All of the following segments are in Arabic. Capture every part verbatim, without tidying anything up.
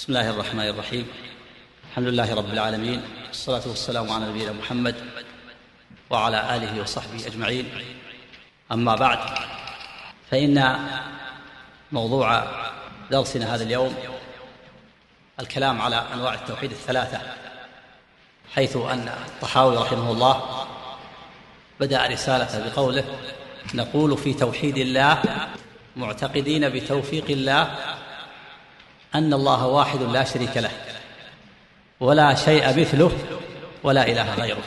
بسم الله الرحمن الرحيم. الحمد لله رب العالمين، والصلاة والسلام على نبينا محمد وعلى آله وصحبه أجمعين. أما بعد، فإن موضوع درسنا هذا اليوم الكلام على أنواع التوحيد الثلاثة، حيث أن الطحاوي رحمه الله بدأ رسالته بقوله: نقول في توحيد الله معتقدين بتوفيق الله أن الله واحد لا شريك له ولا شيء مثله ولا إله غيره.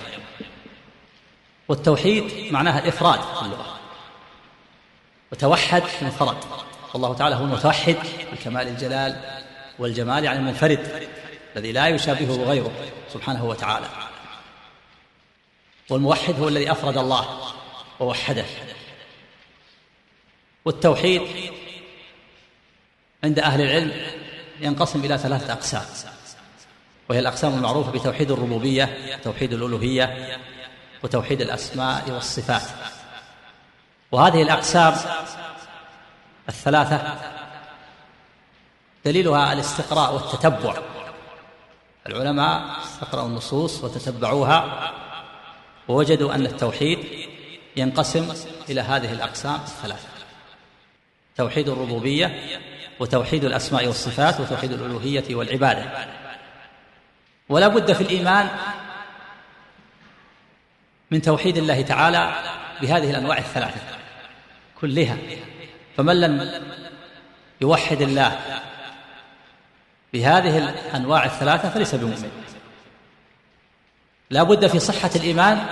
والتوحيد معناها الإفراد في اللغة، وتوحد انفرد، والله تعالى هو المتوحد بكمال الجلال والجمال، يعني المنفرد الذي لا يشابهه غيره سبحانه وتعالى. والموحد هو الذي أفرد الله ووحده. والتوحيد عند أهل العلم ينقسم إلى ثلاثة أقسام، وهي الأقسام المعروفة بتوحيد الربوبية، توحيد الألوهية، وتوحيد الأسماء والصفات. وهذه الأقسام الثلاثة دليلها الاستقراء والتتبع. العلماء استقرأوا النصوص وتتبعوها ووجدوا أن التوحيد ينقسم إلى هذه الأقسام الثلاثة: توحيد الربوبية، وتوحيد الأسماء والصفات، وتوحيد الألوهية والعبادة. ولا بد في الإيمان من توحيد الله تعالى بهذه الأنواع الثلاثة كلها، فمن لم يوحد الله بهذه الأنواع الثلاثة فليس بمؤمن. لا بد في صحة الإيمان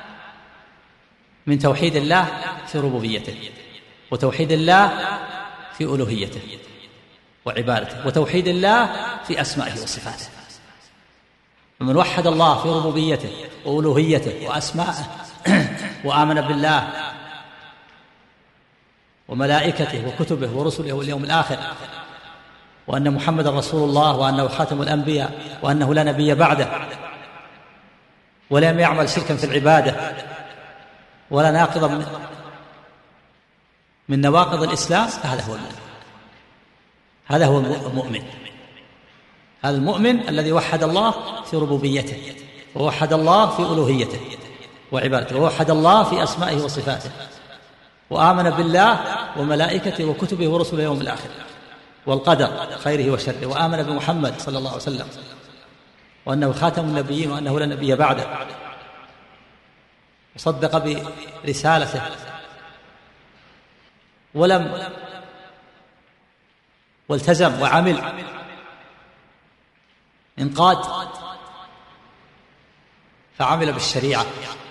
من توحيد الله في ربوبيته، وتوحيد الله في ألوهيته وعبادته، وتوحيد الله في أسمائه وصفاته. فمن وحد الله في ربوبيته وألوهيته وأسمائه وآمن بالله وملائكته وكتبه ورسله واليوم الآخر، وأن محمد رسول الله، وأنه خاتم الأنبياء، وأنه لا نبي بعده، ولم يعمل شركا في العبادة ولا ناقضا من, من نواقض الإسلام، فهذا هو المؤمن. هذا هو المؤمن. هذا المؤمن الذي وحد الله في ربوبيته، ووحد الله في ألوهيته وعبادته، ووحد الله في أسمائه وصفاته، وآمن بالله وملائكته وكتبه ورسله يوم الآخر والقدر خيره وشره، وآمن بمحمد صلى الله عليه وسلم، وأنه خاتم النبيين، وأنه لا نبي بعده، وصدق برسالته، ولم والتزم وعمل، انقاد فعمل بالشريعة،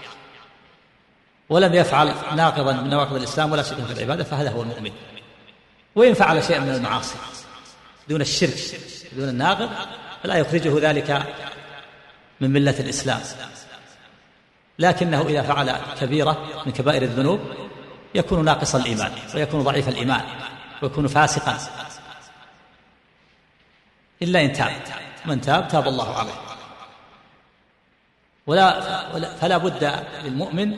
ولم يفعل ناقضا من نواقض الإسلام ولا شركا في العبادة، فهذا هو المؤمن. وإن فعل شيئا من المعاصي دون الشرك دون الناقض فلا يخرجه ذلك من ملة الإسلام، لكنه إذا فعل كبيرة من كبائر الذنوب يكون ناقص الإيمان، ويكون ضعيف الإيمان، ويكون فاسقا، إلا إن تاب. من تاب تاب الله عليه. ولا فلا بد للمؤمن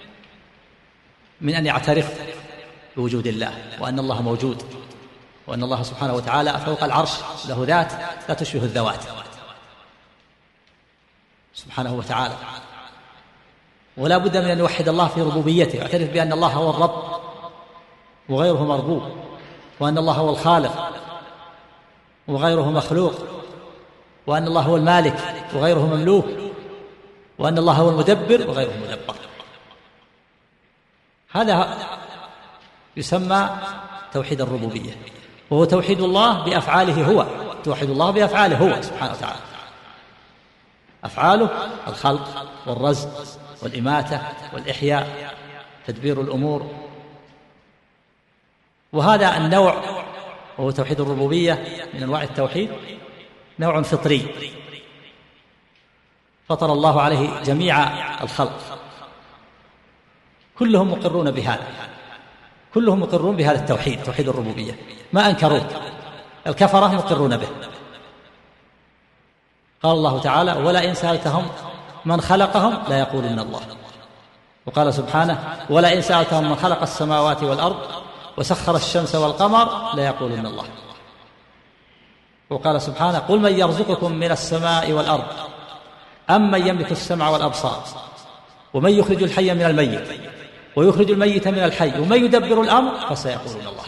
من أن يعترف بوجود الله، وأن الله موجود، وأن الله سبحانه وتعالى فوق العرش له ذات لا تشبه الذوات سبحانه وتعالى. ولا بد من أن يوحد الله في ربوبيته، يعترف بأن الله هو الرب وغيره مربوب، وأن الله هو الخالق وغيره مخلوق، وأن الله هو المالك وغيره مملوك، وأن الله هو المدبر وغيره مدبر. هذا يسمى توحيد الربوبية، وهو توحيد الله بأفعاله هو، توحيد الله بأفعاله هو سبحانه وتعالى. أفعاله الخلق والرزق والإماتة والإحياء، تدبير الأمور. وهذا النوع وهو توحيد الربوبية من أنواع التوحيد نوع فطري فطر الله عليه جميع الخلق، كلهم مقرون بهذا، كلهم مقرون بهذا التوحيد، توحيد الربوبية، ما أنكروه. الكفرة مقرون به. قال الله تعالى: ولئن سألتهم من خلقهم لا يقولن الله. وقال سبحانه: ولئن سألتهم من خلق السماوات والأرض وسخر الشمس والقمر لا يقولن الله. وقال سبحانه قل من يرزقكم من السماء والأرض أم من يملك السمع والأبصار ومن يخرج الحي من الميت ويخرج الميت من الحي ومن يدبر الأمر فسيقولون الله.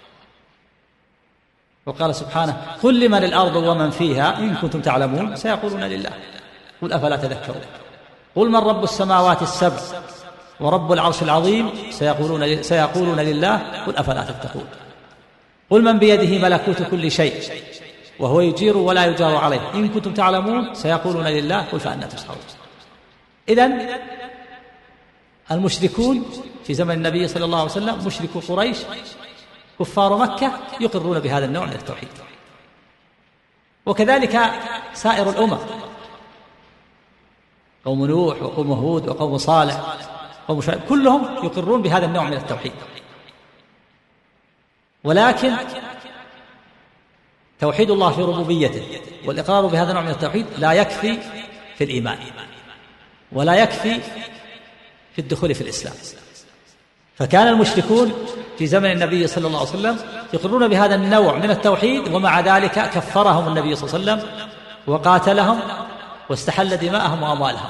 وقال سبحانه قل لمن الأرض ومن فيها إن كنتم تعلمون سيقولون لله قل أفلا تذكرون. قل من رب السماوات السبع ورب العرش العظيم سيقولون, سيقولون لله قل أفلا تتقون. قل من بيده ملكوت كل شيء وهو يجير ولا يجار عليه إن كنتم تعلمون سيقولون لله قل فأنى تسحرون. إذن المشركون في زمن النبي صلى الله عليه وسلم مشركو قريش كفار مكة يقرون بهذا النوع من التوحيد، وكذلك سائر الأمم قوم نوح وقوم هود وقوم صالح وقوم شعيب كلهم يقرون بهذا النوع من التوحيد. ولكن توحيد الله في ربوبيته والإقرار بهذا النوع من التوحيد لا يكفي في الإيمان ولا يكفي في الدخول في الإسلام. فكان المشركون في زمن النبي صلى الله عليه وسلم يقرون بهذا النوع من التوحيد، ومع ذلك كفرهم النبي صلى الله عليه وسلم وقاتلهم واستحل دماءهم وأموالهم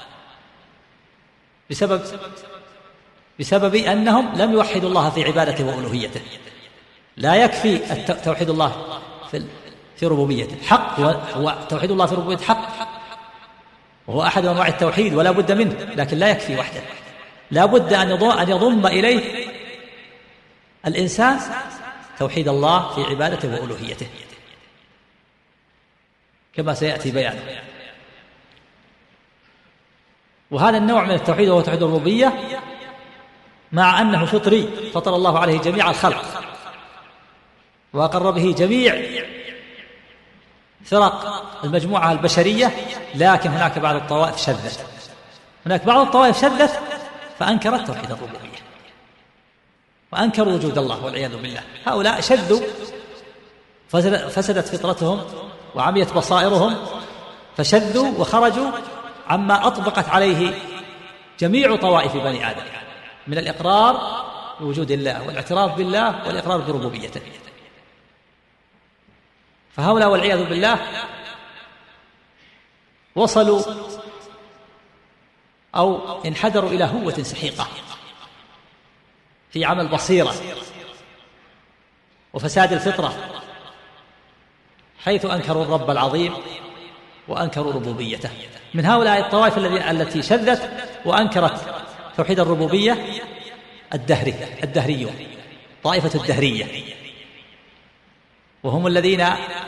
بسبب بسبب أنهم لم يوحدوا الله في عبادته وألوهيته. لا يكفي توحيد الله في في ربوبيته حق، وتوحيد الله في ربوبيته حق وهو أحد أنواع التوحيد ولا بد منه، لكن لا يكفي وحده، لا بد أن يضم إليه الإنسان توحيد الله في عبادته وألوهيته كما سيأتي بيانه. وهذا النوع من التوحيد وهو توحيد الربوبية مع أنه فطري فطر الله عليه جميع الخلق وأقر به جميع فرق المجموعة البشرية، لكن هناك بعض الطوائف شذت هناك بعض الطوائف شذت فأنكرت توحيد الربوبية وأنكروا وجود الله والعياذ بالله. هؤلاء شذوا فسدت فطرتهم وعميت بصائرهم فشذوا وخرجوا عما أطبقت عليه جميع طوائف بني آدم من الإقرار بوجود الله والاعتراف بالله والإقرار بربوبيته. فهؤلاء والعياذ بالله وصلوا أو انحدروا إلى هوة سحيقة في عمل بصيرة وفساد الفطرة، حيث أنكروا الرب العظيم وأنكروا ربوبيته. من هؤلاء الطوائف التي شذت وأنكرت توحيد الربوبية الدهري الدهريون طائفة الدهرية، وهم الذين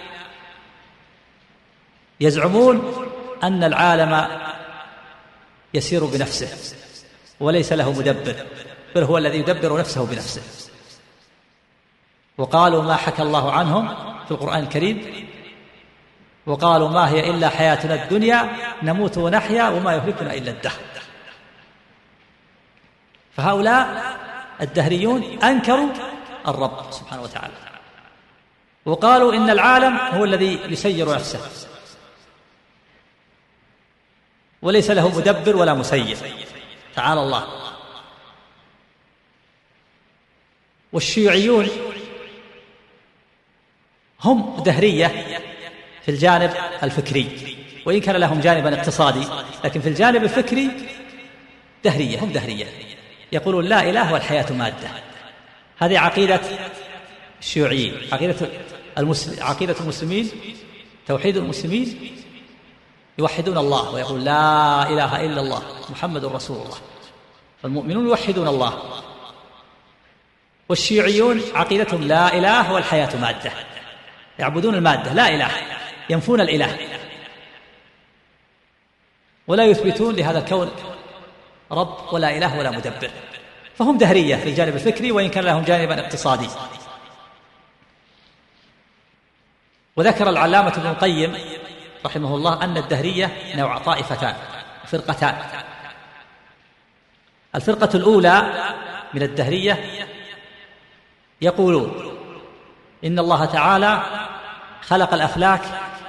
يزعمون أن العالم يسير بنفسه وليس له مدبر، بل هو الذي يدبر نفسه بنفسه. وقالوا ما حكى الله عنهم في القرآن الكريم وقالوا ما هي إلا حياتنا الدنيا نموت ونحيا وما يهلكنا إلا الدهر. فهؤلاء الدهريون أنكروا الرب سبحانه وتعالى وقالوا إن العالم هو الذي يسير نفسه وليس له مدبر ولا مسير، تعالى الله. والشيوعيون هم دهرية في الجانب الفكري، وإن كان لهم جانبا اقتصادي، لكن في الجانب الفكري دهرية، هم دهرية يقولون لا إله والحياة مادة. هذه عقيدة الشيوعيين، عقيدة المسلم عقيدة المسلمين توحيد المسلمين يوحدون الله ويقول لا إله إلا الله محمد رسول الله، فالمؤمنون يوحدون الله. والشيوعيون عقيدتهم لا إله والحياة مادة، يعبدون المادة لا إله، ينفون الإله ولا يثبتون لهذا الكون رب ولا إله ولا مدبر. فهم دهرية في الجانب الفكري وإن كان لهم جانبا اقتصادي. وذكر العلامة ابن القيم رحمه الله أن الدهرية نوع طائفتان فرقتان. الفرقة الأولى من الدهرية يقولون إن الله تعالى خلق الأفلاك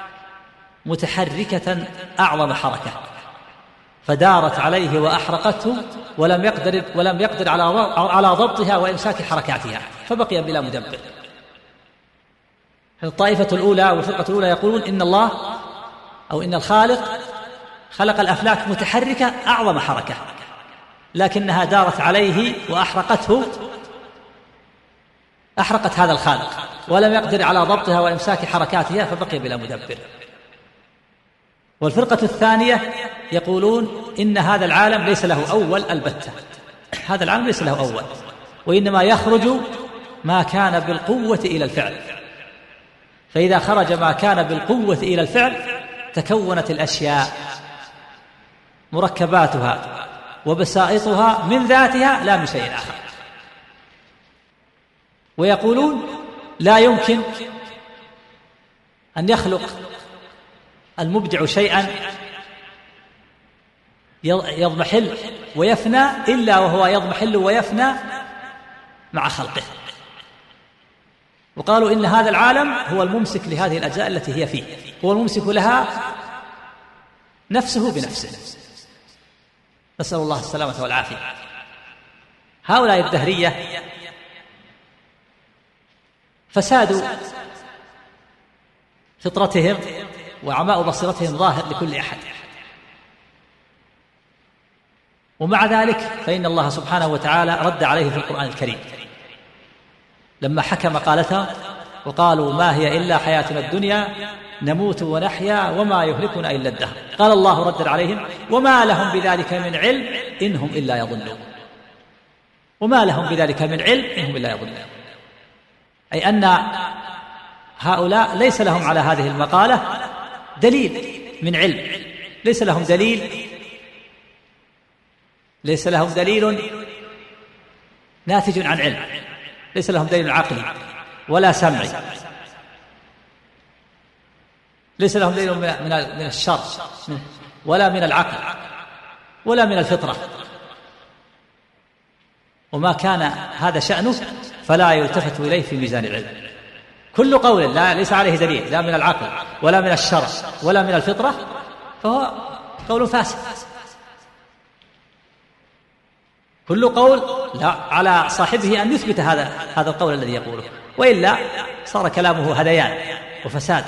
متحركة أعظم حركة فدارت عليه وأحرقته ولم يقدر ولم يقدر على على ضبطها وإمساك حركاتها فبقي بلا مدبر. الطائفة الأولى والفرقة الأولى يقولون إن الله أو إن الخالق خلق الأفلاك متحركة أعظم حركة، لكنها دارت عليه وأحرقته، أحرقت هذا الخالق ولم يقدر على ضبطها وإمساك حركاتها فبقي بلا مدبر. والفرقة الثانية يقولون إن هذا العالم ليس له أول البتة، هذا العالم ليس له أول، وإنما يخرج ما كان بالقوة إلى الفعل، فإذا خرج ما كان بالقوة إلى الفعل تكونت الأشياء مركباتها وبسائطها من ذاتها لا من شيء آخر. ويقولون لا يمكن أن يخلق المبدع شيئا يضمحل ويفنى إلا وهو يضمحل ويفنى مع خلقه. وقالوا إن هذا العالم هو الممسك لهذه الأجزاء التي هي فيه، هو الممسك لها نفسه بنفسه، نسأل الله السلامة والعافية. هؤلاء الدهرية فساد فطرتهم وعماء بصيرتهم ظاهر لكل أحد، ومع ذلك فإن الله سبحانه وتعالى رد عليه في القرآن الكريم لما حكم قالتهم وقالوا ما هي إلا حياتنا الدنيا نموت ونحيا وما يهلكنا إلا الدهر. قال الله رد عليهم وما لهم بذلك من علم إنهم إلا يظنون، وما لهم بذلك من علم إنهم إلا يظنون، أي أن هؤلاء ليس لهم على هذه المقالة دليل من علم، ليس لهم دليل ليس لهم دليل ناتج عن علم، ليس لهم دليل عقلي ولا سمعي، ليس لهم دليل من من الشرع ولا من العقل ولا من الفطرة، وما كان هذا شأنه فلا يلتفت إليه في ميزان العلم. كل قول لا ليس عليه دليل لا من العقل ولا من الشرع ولا من الفطرة فهو قول فاسد. كل قول لا على صاحبه أن يثبت هذا هذا القول الذي يقوله، وإلا صار كلامه هذيان وفساد.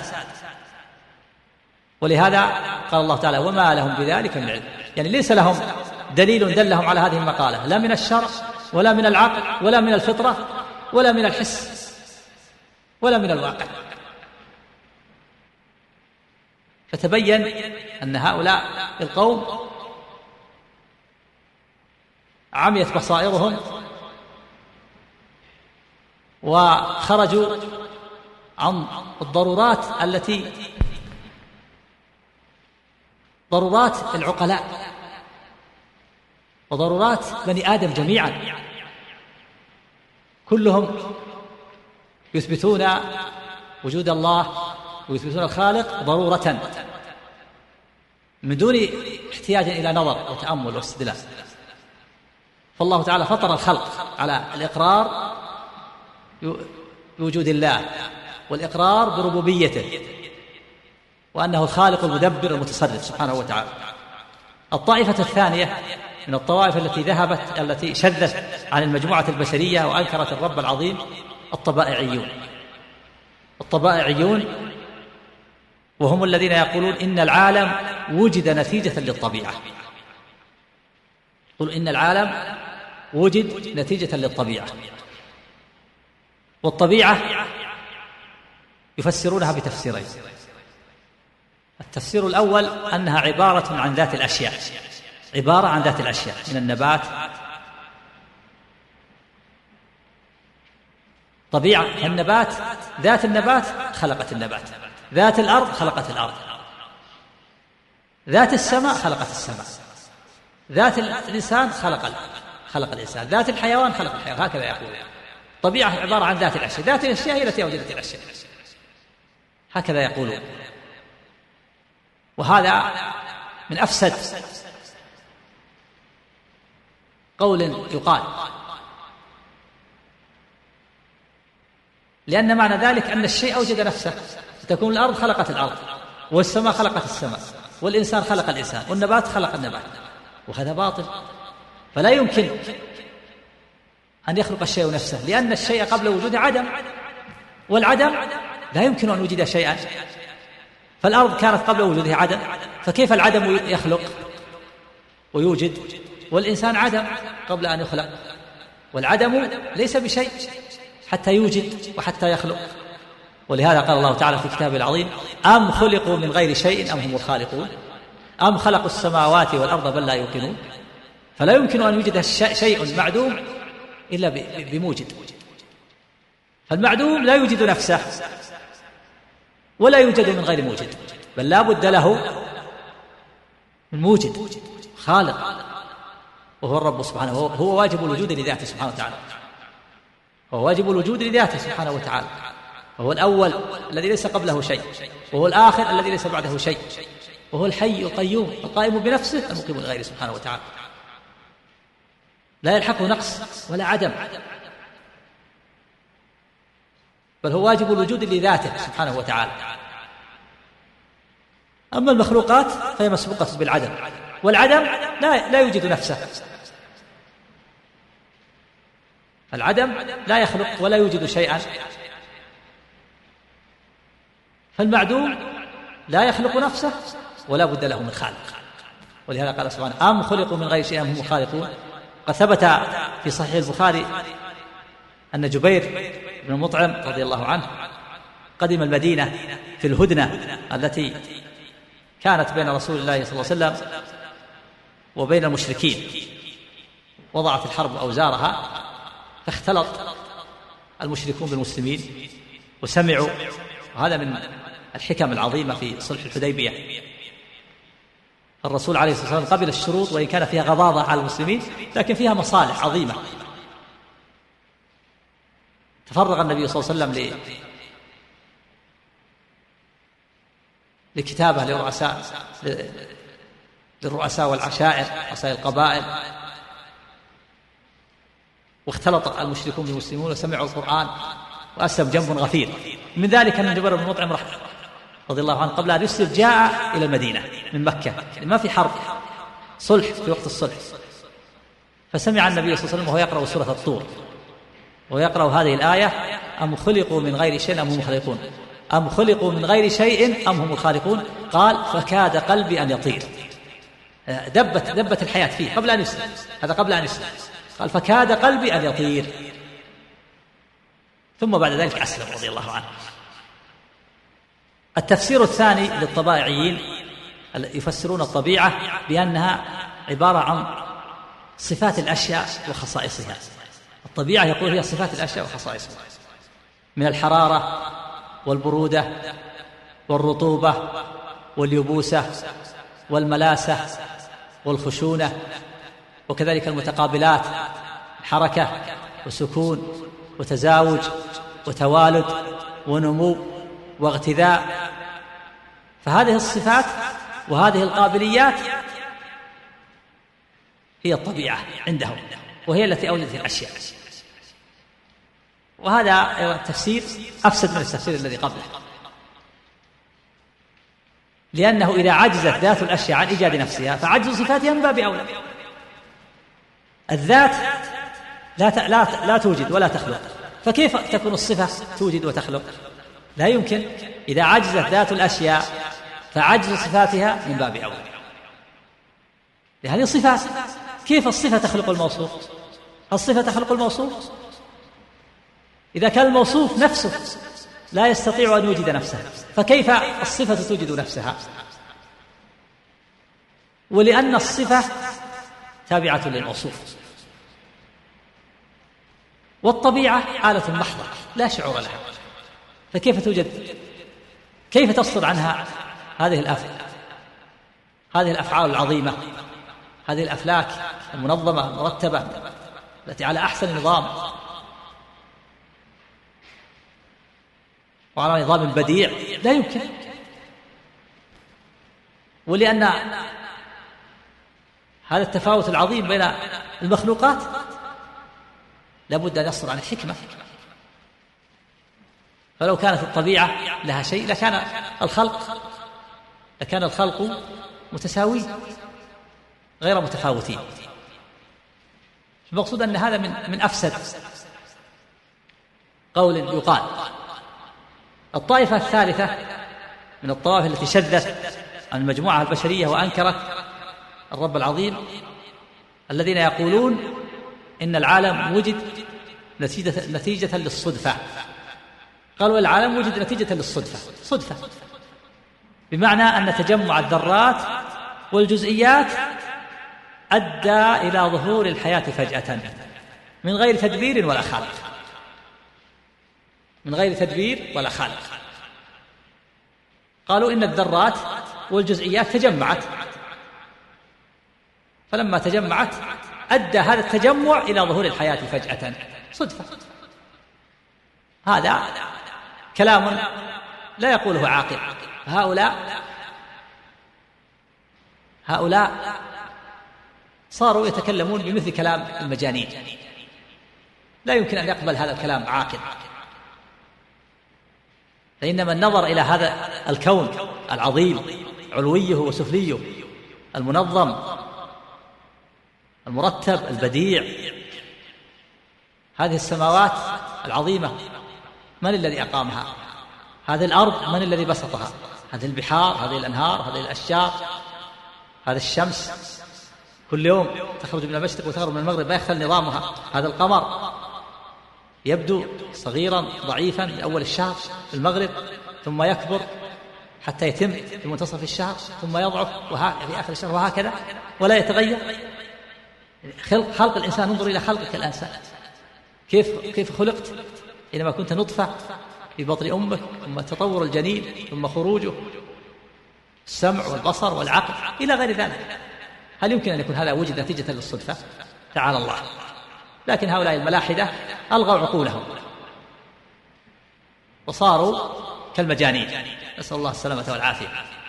ولهذا قال الله تعالى وما لهم بذلك من علم، يعني ليس لهم دليل دلهم على هذه المقالة لا من الشرع ولا من العقل ولا من الفطرة ولا من الحس ولا من الواقع. فتبين أن هؤلاء القوم عميت بصائرهم وخرجوا عن الضرورات التي ضرورات العقلاء وضرورات بني آدم جميعا، كلهم يثبتون وجود الله ويثبتون الخالق ضرورة من دون احتياج إلى نظر وتأمل واستدلال. فالله تعالى فطر الخلق على الإقرار بوجود الله والإقرار بربوبيته وأنه الخالق المدبر المتصرف سبحانه وتعالى. الطائفة الثانية من الطوائف التي ذهبت التي شذت عن المجموعة البشرية وأنكرت الرب العظيم الطبائعيون. الطبائعيون وهم الذين يقولون إن العالم وجد نتيجة للطبيعة، يقول إن العالم وجد نتيجة للطبيعة، والطبيعة يفسرونها بتفسيرين. التفسير الأول أنها عبارة عن ذات الأشياء، عبارة عن ذات الأشياء من النبات. طبيعة النبات، ذات النبات خلقت النبات، ذات الأرض خلقت الأرض، ذات السماء خلقت السماء، ذات الإنسان خلق خلق الإنسان، ذات الحيوان خلق الحيوان. هكذا يقول طبيعة عبارة عن ذات الأشياء، ذات الأشياء هي التي أوجدت الأشياء، هكذا يقولون. وهذا من أفسد قول يقال، لأن معنى ذلك أن الشيء أوجد نفسه، تكون الأرض خلقت الأرض والسماء خلقت السماء والإنسان خلق الإنسان والنبات خلق النبات، وهذا باطل. فلا يمكن أن يخلق الشيء نفسه، لأن الشيء قبل وجوده عدم، والعدم لا يمكن أن يوجد شيئا. فالأرض كانت قبل وجودها عدم، فكيف العدم يخلق ويوجد؟ والإنسان عدم قبل أن يخلق، والعدم ليس بشيء حتى يوجد وحتى يخلق. ولهذا قال الله تعالى في كتابه العظيم: أم خلقوا من غير شيء أم هم الخالقون أم خلقوا السماوات والأرض بل لا يوقنون. فلا يمكن أن يوجد شيء معدوم إلا بموجد، فالمعدوم لا يوجد نفسه ولا يوجد من غير موجد، بل لا بد له من موجد خالق، وهو الرب سبحانه، هو واجب الوجود لذاته سبحانه وتعالى، هو واجب الوجود لذاته سبحانه وتعالى، وهو الأول الذي ليس قبله شيء، وهو الآخر الذي ليس بعده شيء، وهو الحي القيوم القائم بنفسه المقيم لغيره سبحانه وتعالى، لا يلحقه نقص ولا عدم، بل هو واجب الوجود لذاته سبحانه وتعالى. أما المخلوقات فهي مسبوقة بالعدم، والعدم لا, لا يوجد نفسه، العدم لا يخلق ولا يوجد شيئا، فالمعدوم لا يخلق نفسه ولا بد له من خالق. ولهذا قال سبحانه: أم خلقوا من غير شيء أم هم خالقون. قد ثبت في صحيح البخاري أن جبير بن مطعم رضي الله عنه قدم المدينة في الهدنة التي كانت بين رسول الله صلى الله عليه وسلم وبين المشركين، وضعت الحرب أوزارها، فاختلط المشركون بالمسلمين وسمعوا. وهذا من الحكم العظيمة في صلح الحديبية، الرسول عليه الصلاة والسلام قبل الشروط وإن كان فيها غضاضة على المسلمين، لكن فيها مصالح عظيمة. تفرغ النبي صلى الله عليه وسلم لكتابة لرؤساء للرؤساء والعشائر، رؤساء القبائل، واختلط المشركون بالمسلمون وسمعوا القرآن وأسلم جنب غفير. من ذلك أن جبير بن مطعم رضي الله عنه قبل أن يسلم جاء إلى المدينة من مكة، ما في حرب، صلح في وقت الصلح، فسمع النبي صلى الله عليه وسلم وهو يقرأ سورة الطور ويقرأ هذه الآية: أم خلقوا من غير شيء أم هم الخالقون أم خلقوا من غير شيء أم هم الخالقون. قال: فكاد قلبي أن يطير. دبت دبت الحياة فيه قبل أن يسلم، هذا قبل أن يسلم، قال: فكاد قلبي أن يطير. ثم بعد ذلك أسلم رضي الله عنه. التفسير الثاني للطبائعيين يفسرون الطبيعة بأنها عبارة عن صفات الأشياء وخصائصها. الطبيعة يقول هي صفات الأشياء وخصائصها، من الحرارة والبرودة والرطوبة واليبوسة والملاسة والخشونة، وكذلك المتقابلات، حركة وسكون وتزاوج وتوالد ونمو واغتذاء. فهذه الصفات وهذه القابليات هي الطبيعة عندهم، وهي التي أوجدت الأشياء. وهذا التفسير أفسد من التفسير الذي قبله، لأنه إذا عجزت ذات الأشياء عن إيجاد نفسها فعجز صفاتها من باب أولى. الذات لا لا لا توجد ولا تخلق، فكيف تكون الصفة توجد وتخلق؟ لا يمكن. إذا عجزت ذات الأشياء فعجز صفاتها من باب أولى، لهذه صفات. كيف الصفة تخلق الموصوف؟ الصفة تخلق الموصوف إذا كان الموصوف نفسه لا يستطيع أن يوجد نفسه، فكيف الصفة توجد نفسها؟ ولأن الصفة تابعة للموصوف، والطبيعة آلة محضة لا شعور لها، فكيف توجد، كيف تصدر عنها هذه الأفعال هذه الأفعال العظيمة، هذه الأفلاك المنظمة المرتبة التي على أحسن نظام وعلى نظام بديع؟ لا يمكن. ولأن هذا التفاوت العظيم بين المخلوقات لابد أن يصدر عن الحكمة. فلو كانت الطبيعة لها شيء لكان الخلق لكان الخلق متساوي غير متفاوتين. المقصود أن هذا من من أفسد قول يقال، الطائفة الثالثة من الطوائف التي شذت عن المجموعة البشرية وأنكرت الرب العظيم الذين يقولون إن العالم وجد نتيجة, نتيجة للصدفة. قالوا العالم وجد نتيجة للصدفة، صدفة بمعنى أن تجمع الذرات والجزئيات أدى إلى ظهور الحياة فجأة من غير تدبير ولا خالق، من غير تدبير ولا خالق. قالوا إن الذرات والجزئيات تجمعت، فلما تجمعت أدى هذا التجمع إلى ظهور الحياة فجأة، صدفة. هذا كلام لا يقوله عاقل. هؤلاء هؤلاء صاروا يتكلمون بمثل كلام المجانين، لا يمكن أن يقبل هذا الكلام عاقل. فإنما النظر إلى هذا الكون العظيم علويه وسفليه المنظم المرتب البديع، هذه السماوات العظيمة من الذي أقامها؟ هذه الأرض من الذي بسطها؟ هذه البحار، هذه الأنهار، هذه الأشجار، هذه الشمس كل يوم تخرج من المشرق وتغرب من المغرب لا يختل نظامها. هذا القمر يبدو صغيرا ضعيفا في أول الشهر في المغرب، ثم يكبر حتى يتم في منتصف الشهر، ثم يضعف في آخر الشهر، وهكذا ولا يتغير. خلق, خلق الإنسان، انظر إلى خلقك الإنسان كيف كيف خلقت حينما كنت نطفة في بطن أمك، ثم تطور الجنين، ثم خروجه، السمع والبصر والعقل إلى غير ذلك. هل يمكن أن يكون هذا وجد نتيجة للصدفة؟ تعالى الله. لكن هؤلاء الملاحدة ألغوا عقولهم وصاروا كالمجانين، نسأل الله السلامة والعافية.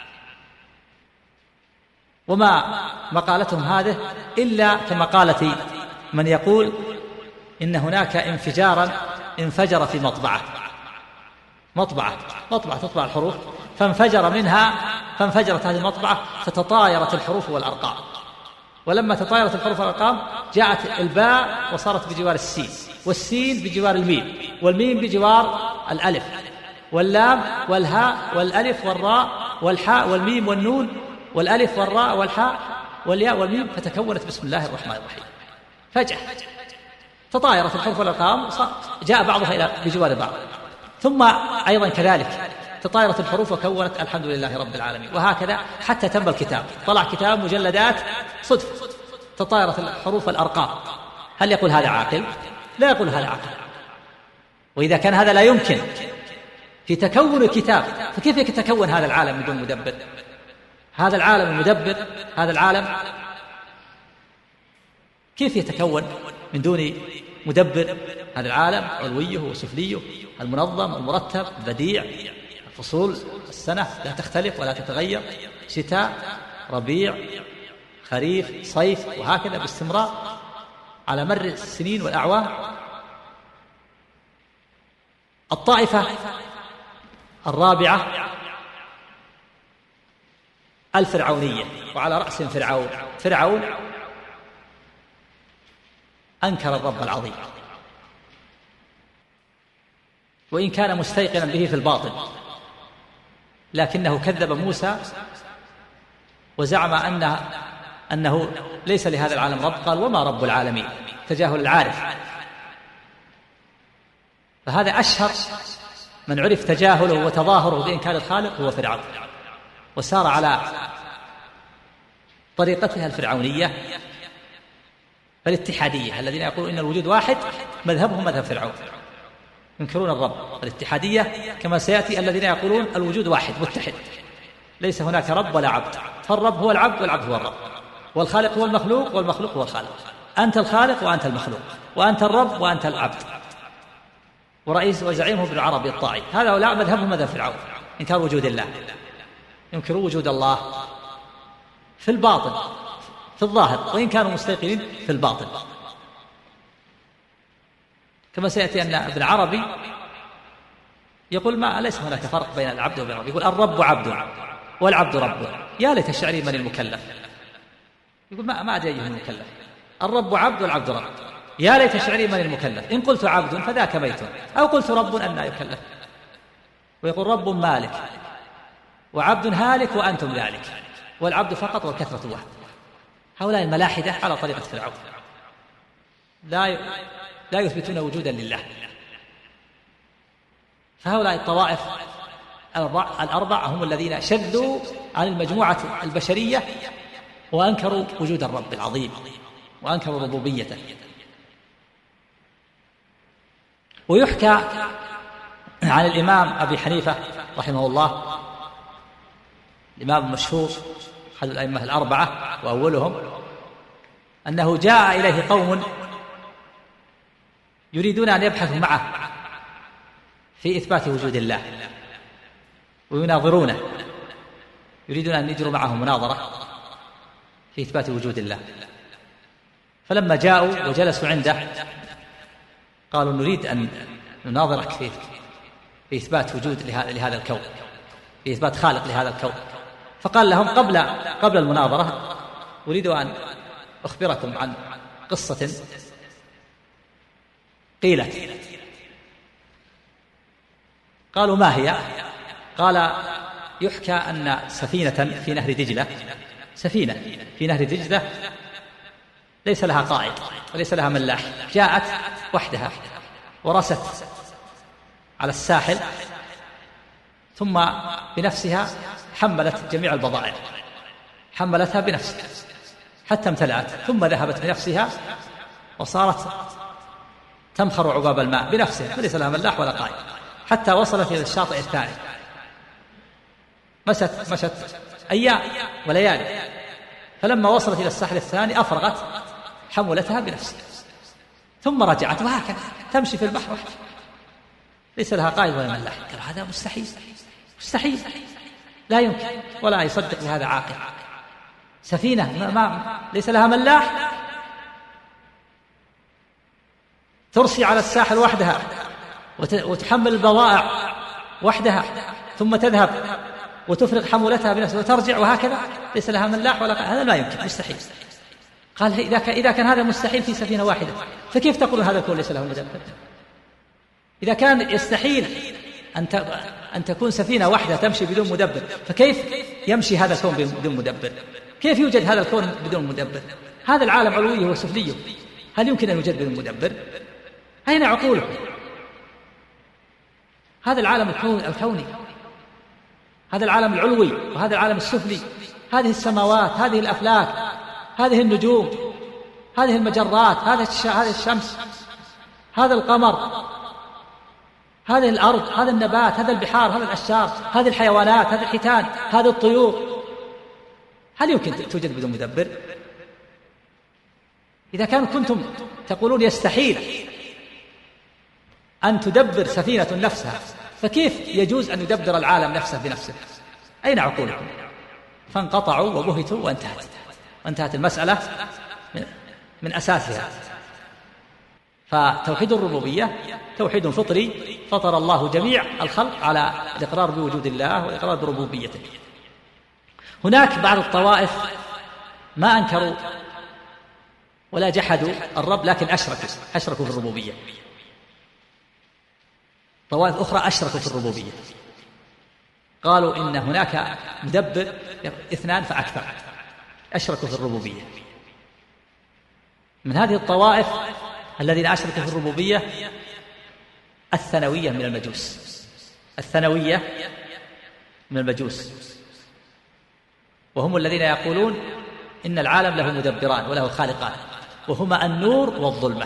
وما مقالتهم هذه إلا كمقالة من يقول إن هناك انفجارا انفجر في مطبعة مطبعة مطبعة تطبع الحروف، فانفجر منها فانفجرت هذه المطبعة فتطايرت الحروف والأرقام، ولما تطايرت الحروف والأرقام جاءت الباء وصارت بجوار السين، والسين بجوار الميم، والميم بجوار الألف، واللام والهاء والألف والراء والحاء والميم والنون والألف والراء والحاء والياء والميم، فتكونت بسم الله الرحمن الرحيم. فجأة تطايرت الحروف والأرقام، جاء بعضها إلى بجوار بعض، ثم أيضا كذلك تطايرت الحروف وكونت الحمد لله رب العالمين، وهكذا حتى تم الكتاب. طلع كتاب مجلدات صدف، تطايرت الحروف والأرقام. هل يقول هذا عاقل؟ لا يقول هذا عاقل. وإذا كان هذا لا يمكن في تكون الكتاب، فكيف يتكون هذا العالم بدون مدبر؟ هذا العالم المدبر، هذا العالم كيف يتكون من دون مدبر؟ هذا العالم علويه وسفليه المنظم المرتب البديع، فصول السنة لا تختلف ولا تتغير، شتاء ربيع خريف صيف، وهكذا باستمرار على مر السنين والأعوام. الطائفة الرابعة الفرعونية، وعلى رأس فرعون. فرعون أنكر الرب العظيم، وإن كان مستيقنا به في الباطن، لكنه كذب موسى وزعم أنه, أنه ليس لهذا العالم رب. قال وما رب العالمين، تجاهل العارف. فهذا أشهر من عرف تجاهله وتظاهره بإنكار الخالق هو فرعون، وسار على طريقتها الفرعونية فالاتحادية، الذين يقولون إن الوجود واحد مذهبهم مذهب فرعون، ينكرون الرب. الاتحادية كما سيأتي الذين يقولون الوجود واحد متحد، ليس هناك رب ولا عبد، فالرب هو العبد والعبد هو الرب، والخالق هو المخلوق والمخلوق هو الخالق. أنت الخالق وأنت المخلوق، وأنت الرب وأنت العبد. ورئيس وزعيمه ابن عربي الطائي، هذا هؤلاء مذهبهم مذهب فرعون، إنكار وجود الله، ينكرون وجود الله في الباطن في الظاهر، وإن كانوا مستيقنين في الباطن. كما سيأتي أن ابن عربي يقول ما ليس هناك فرق بين العبد وبين الرب، يقول الرب عبد والعبد رب. يا ليت الشعري من المكلف، يقول ما ما أدري أيهم المكلف، الرب عبد والعبد رب. يا ليت الشعري من المكلف، إن قلت عبد فذاك ميت، أو قلت رب أن يكلف. ويقول رب مالك وعبد هالك وأنتم ذلك، والعبد فقط والكثرة وهم. هؤلاء الملاحدة على طريقة فرعون لا لا يثبتون وجودا لله. فهؤلاء الطوائف الأربع هم الذين شذوا عن المجموعة البشرية وأنكروا وجود الرب العظيم وأنكروا ربوبيته. ويحكى عن الإمام أبي حنيفة رحمه الله، الإمام المشهور أحد الأئمة الأربعة وأولهم، أنه جاء إليه قوم يريدون أن يبحثوا معه في إثبات وجود الله ويناظرونه، يريدون أن يجروا معه مناظرة في إثبات وجود الله. فلما جاءوا وجلسوا عنده قالوا نريد أن نناظرك في في إثبات وجود لهذا الكون، في إثبات خالق لهذا الكون. فقال لهم قبل قبل المناظرة أريد أن أخبركم عن قصة قيلت. قالوا ما هي؟ قال يحكى أن سفينة في نهر دجلة، سفينة في نهر دجلة ليس لها قائد وليس لها ملاح، جاءت وحدها ورست على الساحل، ثم بنفسها حملت جميع البضائع، حملتها بنفسها حتى امتلأت، ثم ذهبت بنفسها وصارت تمخر عباب الماء بنفسها، فليس لها ملاح ولا قائد، حتى وصلت إلى الشاطئ الثاني. مشت مشت أيام وليالي، فلما وصلت إلى الساحل الثاني أفرغت حملتها بنفسها، ثم رجعت وهكذا تمشي في البحر ليس لها قائد ولا ملاح. قالوا هذا مستحيل، مستحيل، لا يمكن، ولا يصدق بهذا عاقل. سفينة ما ما ليس لها ملاح ترسي على الساحل وحدها وتحمل البضائع وحدها، ثم تذهب وتفرغ حمولتها بنفسها وترجع وهكذا ليس لها ملاح ولا قائد، هذا لا يمكن، مستحيل. قال إذا كان إذا كان هذا مستحيل في سفينة واحدة، فكيف تقول هذا الكون ليس له مدبر؟ إذا كان يستحيل أن أن تكون سفينة واحدة تمشي بدون مدبر، فكيف يمشي هذا الكون بدون مدبر؟ كيف يوجد هذا الكون بدون مدبر؟ هذا العالم علوي وسفلي، هل يمكن أن يوجد بدون مدبر؟ أين عقولكم؟ هذا العالم الكوني، هذا العالم العلوي وهذا العالم السفلي، هذه السماوات، هذه الأفلاك، هذه النجوم، هذه المجرات، هذه الشمس، هذا القمر، هذه الأرض، هذا النبات، هذا البحار، هذا الأشجار، هذه الحيوانات، هذا الحيتان، هذه الطيور، هل يمكن توجد بدون مدبر؟ إذا كان كنتم تقولون يستحيل أن تدبر سفينة نفسها، فكيف يجوز أن يدبر العالم نفسه بنفسه؟ أين عقولكم؟ فانقطعوا وبهتوا وانتهت وانتهت المسألة من أساسها. فتوحيد الربوبية توحيد فطري، فطر الله جميع الخلق على الإقرار بوجود الله والإقرار بربوبيته. هناك بعض الطوائف ما أنكروا ولا جحدوا الرب، لكن أشركوا أشركوا في الربوبية. طوائف أخرى أشركوا في الربوبية، قالوا إن هناك مدبر اثنان فأكثر، أشركوا في الربوبية. من هذه الطوائف الذين أشركوا في الربوبية الثانوية من المجوس، الثانوية من المجوس، وهم الذين يقولون إن العالم له مدبران وله خالقان، وهما النور والظلمة.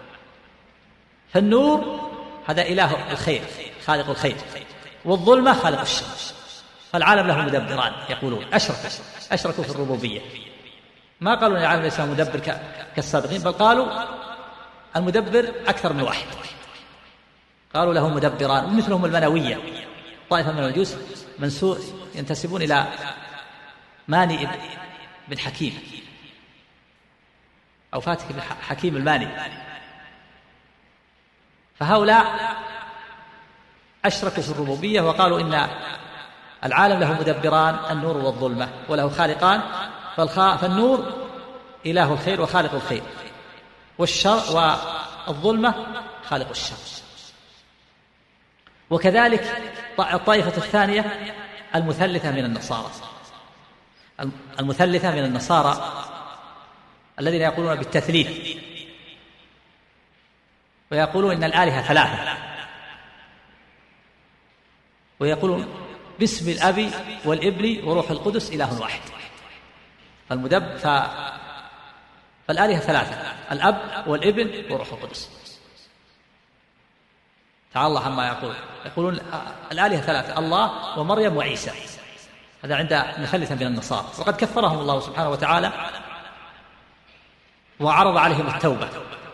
فالنور هذا إله الخير خالق الخير، والظلمة خالق الشر، فالعالم له مدبران. يقولون أشركوا أشركوا في الربوبية، ما قالوا أن العالم ليس مدبر كالسابقين، بل قالوا المدبر أكثر من واحد، قالوا له مدبران. ومثلهم المنوية، طائفة من المجوس منسوب ينتسبون إلى ماني بن حكيم أو فاتك بن حكيم الماني. فهؤلاء أشركوا في الربوبية وقالوا إن العالم له مدبران، النور والظلمة، وله خالقان، فالنور إله الخير وخالق الخير، والشر والظلمة خالق الشر. وكذلك الطائفة الثانية المثلثة من النصارى المثلثة من النصارى الذين يقولون بالتثليث ويقولون إن الآلهة ثلاثة، ويقولون باسم الأب والابن وروح القدس إله واحد. فالمدب ف... فالآلهة ثلاثة، الأب والابن وروح القدس. تعالى الله عما يقول، يقولون الآلهة ثلاثة، الله ومريم وعيسى. هذا عند مثلثا من النصارى، وقد كفرهم الله سبحانه وتعالى وعرض عليهم التوبة.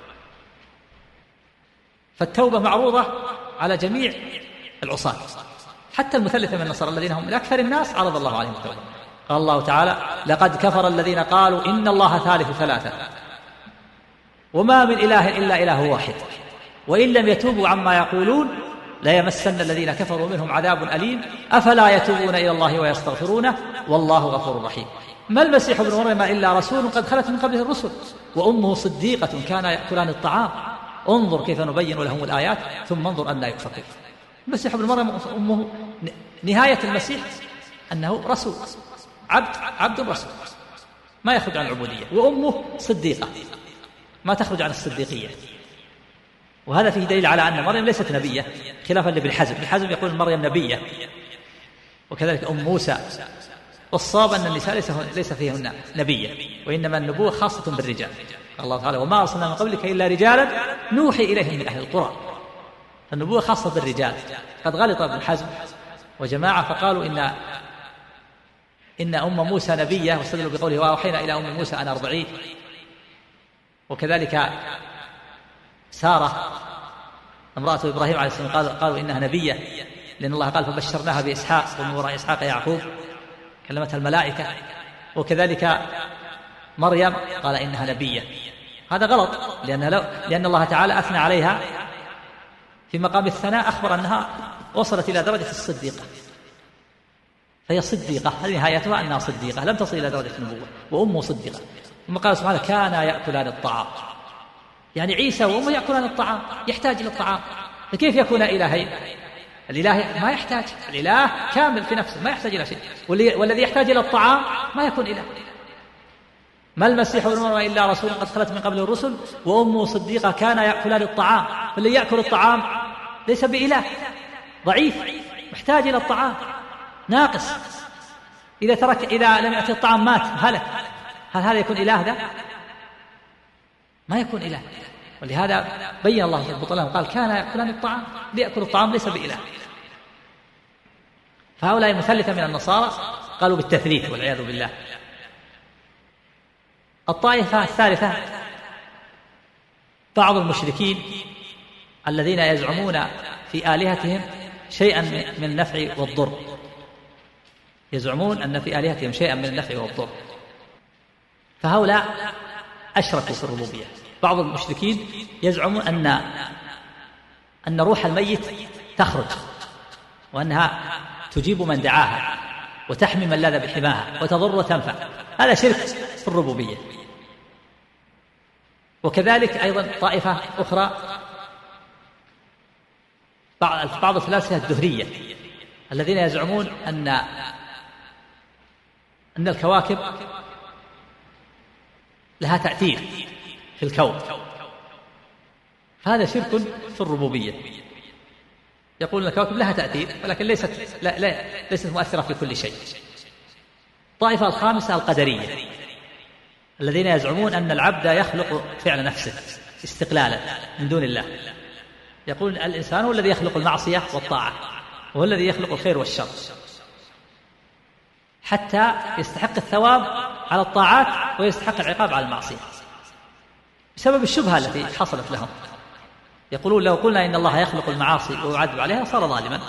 فالتوبة معروضة على جميع العصاة، حتى المثلثة من النصارى الذين هم من أكثر الناس عرض الله عليهم التوبة. قال الله تعالى: لقد كفر الذين قالوا إن الله ثالث ثلاثة وما من إله إلا إله واحد وإن لم يتوبوا عما يقولون ليمسن الذين كفروا منهم عذاب أليم أفلا يتوبون إلى الله ويستغفرونه والله غفور رحيم. ما المسيح ابن مريم إلا رسول قد خلت من قبله الرسل وأمه صديقة كان يأكلان الطعام انظر كيف نبين لهم الآيات ثم انظر أن لا يؤفكون. المسيح ابن مريم أمه نهاية المسيح أنه رسول، عبد عبد الرسول، ما يخرج عن العبودية، وأمه صديقة ما تخرج عن الصديقية. وهذا فيه دليل على أن مريم ليست نبية، خلافا لابن حزم. ابن حزم يقول مريم نبية، وكذلك أم موسى. والصواب أن النساء ليس, ليس فيهن نبية، وإنما النبوة خاصة بالرجال. قال الله تعالى: وما أرسلنا من قبلك إلا رجالا نوحي إليهم من أهل القرى. النبوة خاصة بالرجال. قد غلط ابن حزم وجماعة فقالوا إن إن أم موسى نبية، واستدلوا بقوله: وأوحينا إلى أم موسى أن أرضعيه. وكذلك سارة امرأة إبراهيم عليه السلام قالوا, قالوا إنها نبية، لأن الله قال: فبشرناها بإسحاق ومن وراء إسحاق يعقوب، كلمتها الملائكة. وكذلك مريم قال إنها نبية. هذا غلط، لأن, لو لأن الله تعالى أثنى عليها في مقام الثناء، أخبر أنها وصلت إلى درجة الصديقة، فهي صديقة، هذه نهايتها أنها صديقة، لم تصل إلى درجة النبوة، وأمه صديقة. ثم قال سبحانه: كانا يأكلان الطعام، يعني عيسى وأمه يأكلان الطعام، يحتاج إلى الطعام، فكيف يكون إلهين؟ الإله ما يحتاج، الإله كامل في نفسه ما يحتاج إلى شيء، والذي يحتاج إلى الطعام ما يكون إله. ما المسيح ابن مريم إلا رسول قد خلت من قبله الرسل وأمه صديقة كانا يأكلان الطعام. فالذي يأكل الطعام ليس بإله، ضعيف محتاج إلى الطعام، ناقص. إذا ترك إذا لم يأتي الطعام مات هلك. هل هذا يكون إله؟ ذا ما يكون إله. ولهذا بين الله البطلان قال: كان يأكلان الطعام، ليأكل الطعام ليس بإله. فهؤلاء المثلثة من النصارى قالوا بالتثليث والعياذ بالله. الطائفة الثالثة بعض المشركين الذين يزعمون في آلهتهم شيئا من النفع والضر، يزعمون أن في آلهتهم شيئا من النفع والضر، فهؤلاء أشركوا في الربوبية. بعض المشركين يزعمون أن أن روح الميت تخرج، وأنها تجيب من دعاها وتحمي من لاذ بحماها وتضر وتنفع. هذا شرك في الربوبية. وكذلك أيضا طائفة أخرى بعض الفلاسفة الدهرية الذين يزعمون أن أن الكواكب لها تأثير في الكون، فهذا شرك في الربوبية. يقول أن الكواكب لها تأثير ولكن ليست لا لا ليست مؤثرة في كل شيء. الطائفة الخامسة القدرية الذين يزعمون أن العبد يخلق فعل نفسه استقلالا من دون الله. يقول الإنسان هو الذي يخلق المعصية والطاعة، وهو الذي يخلق الخير والشر، حتى يستحق الثواب على الطاعات ويستحق العقاب على المعصية بسبب الشبهة التي حصلت لهم. يقولون: لو قلنا إن الله يخلق المعاصي ويعذب عليها صار ظالما.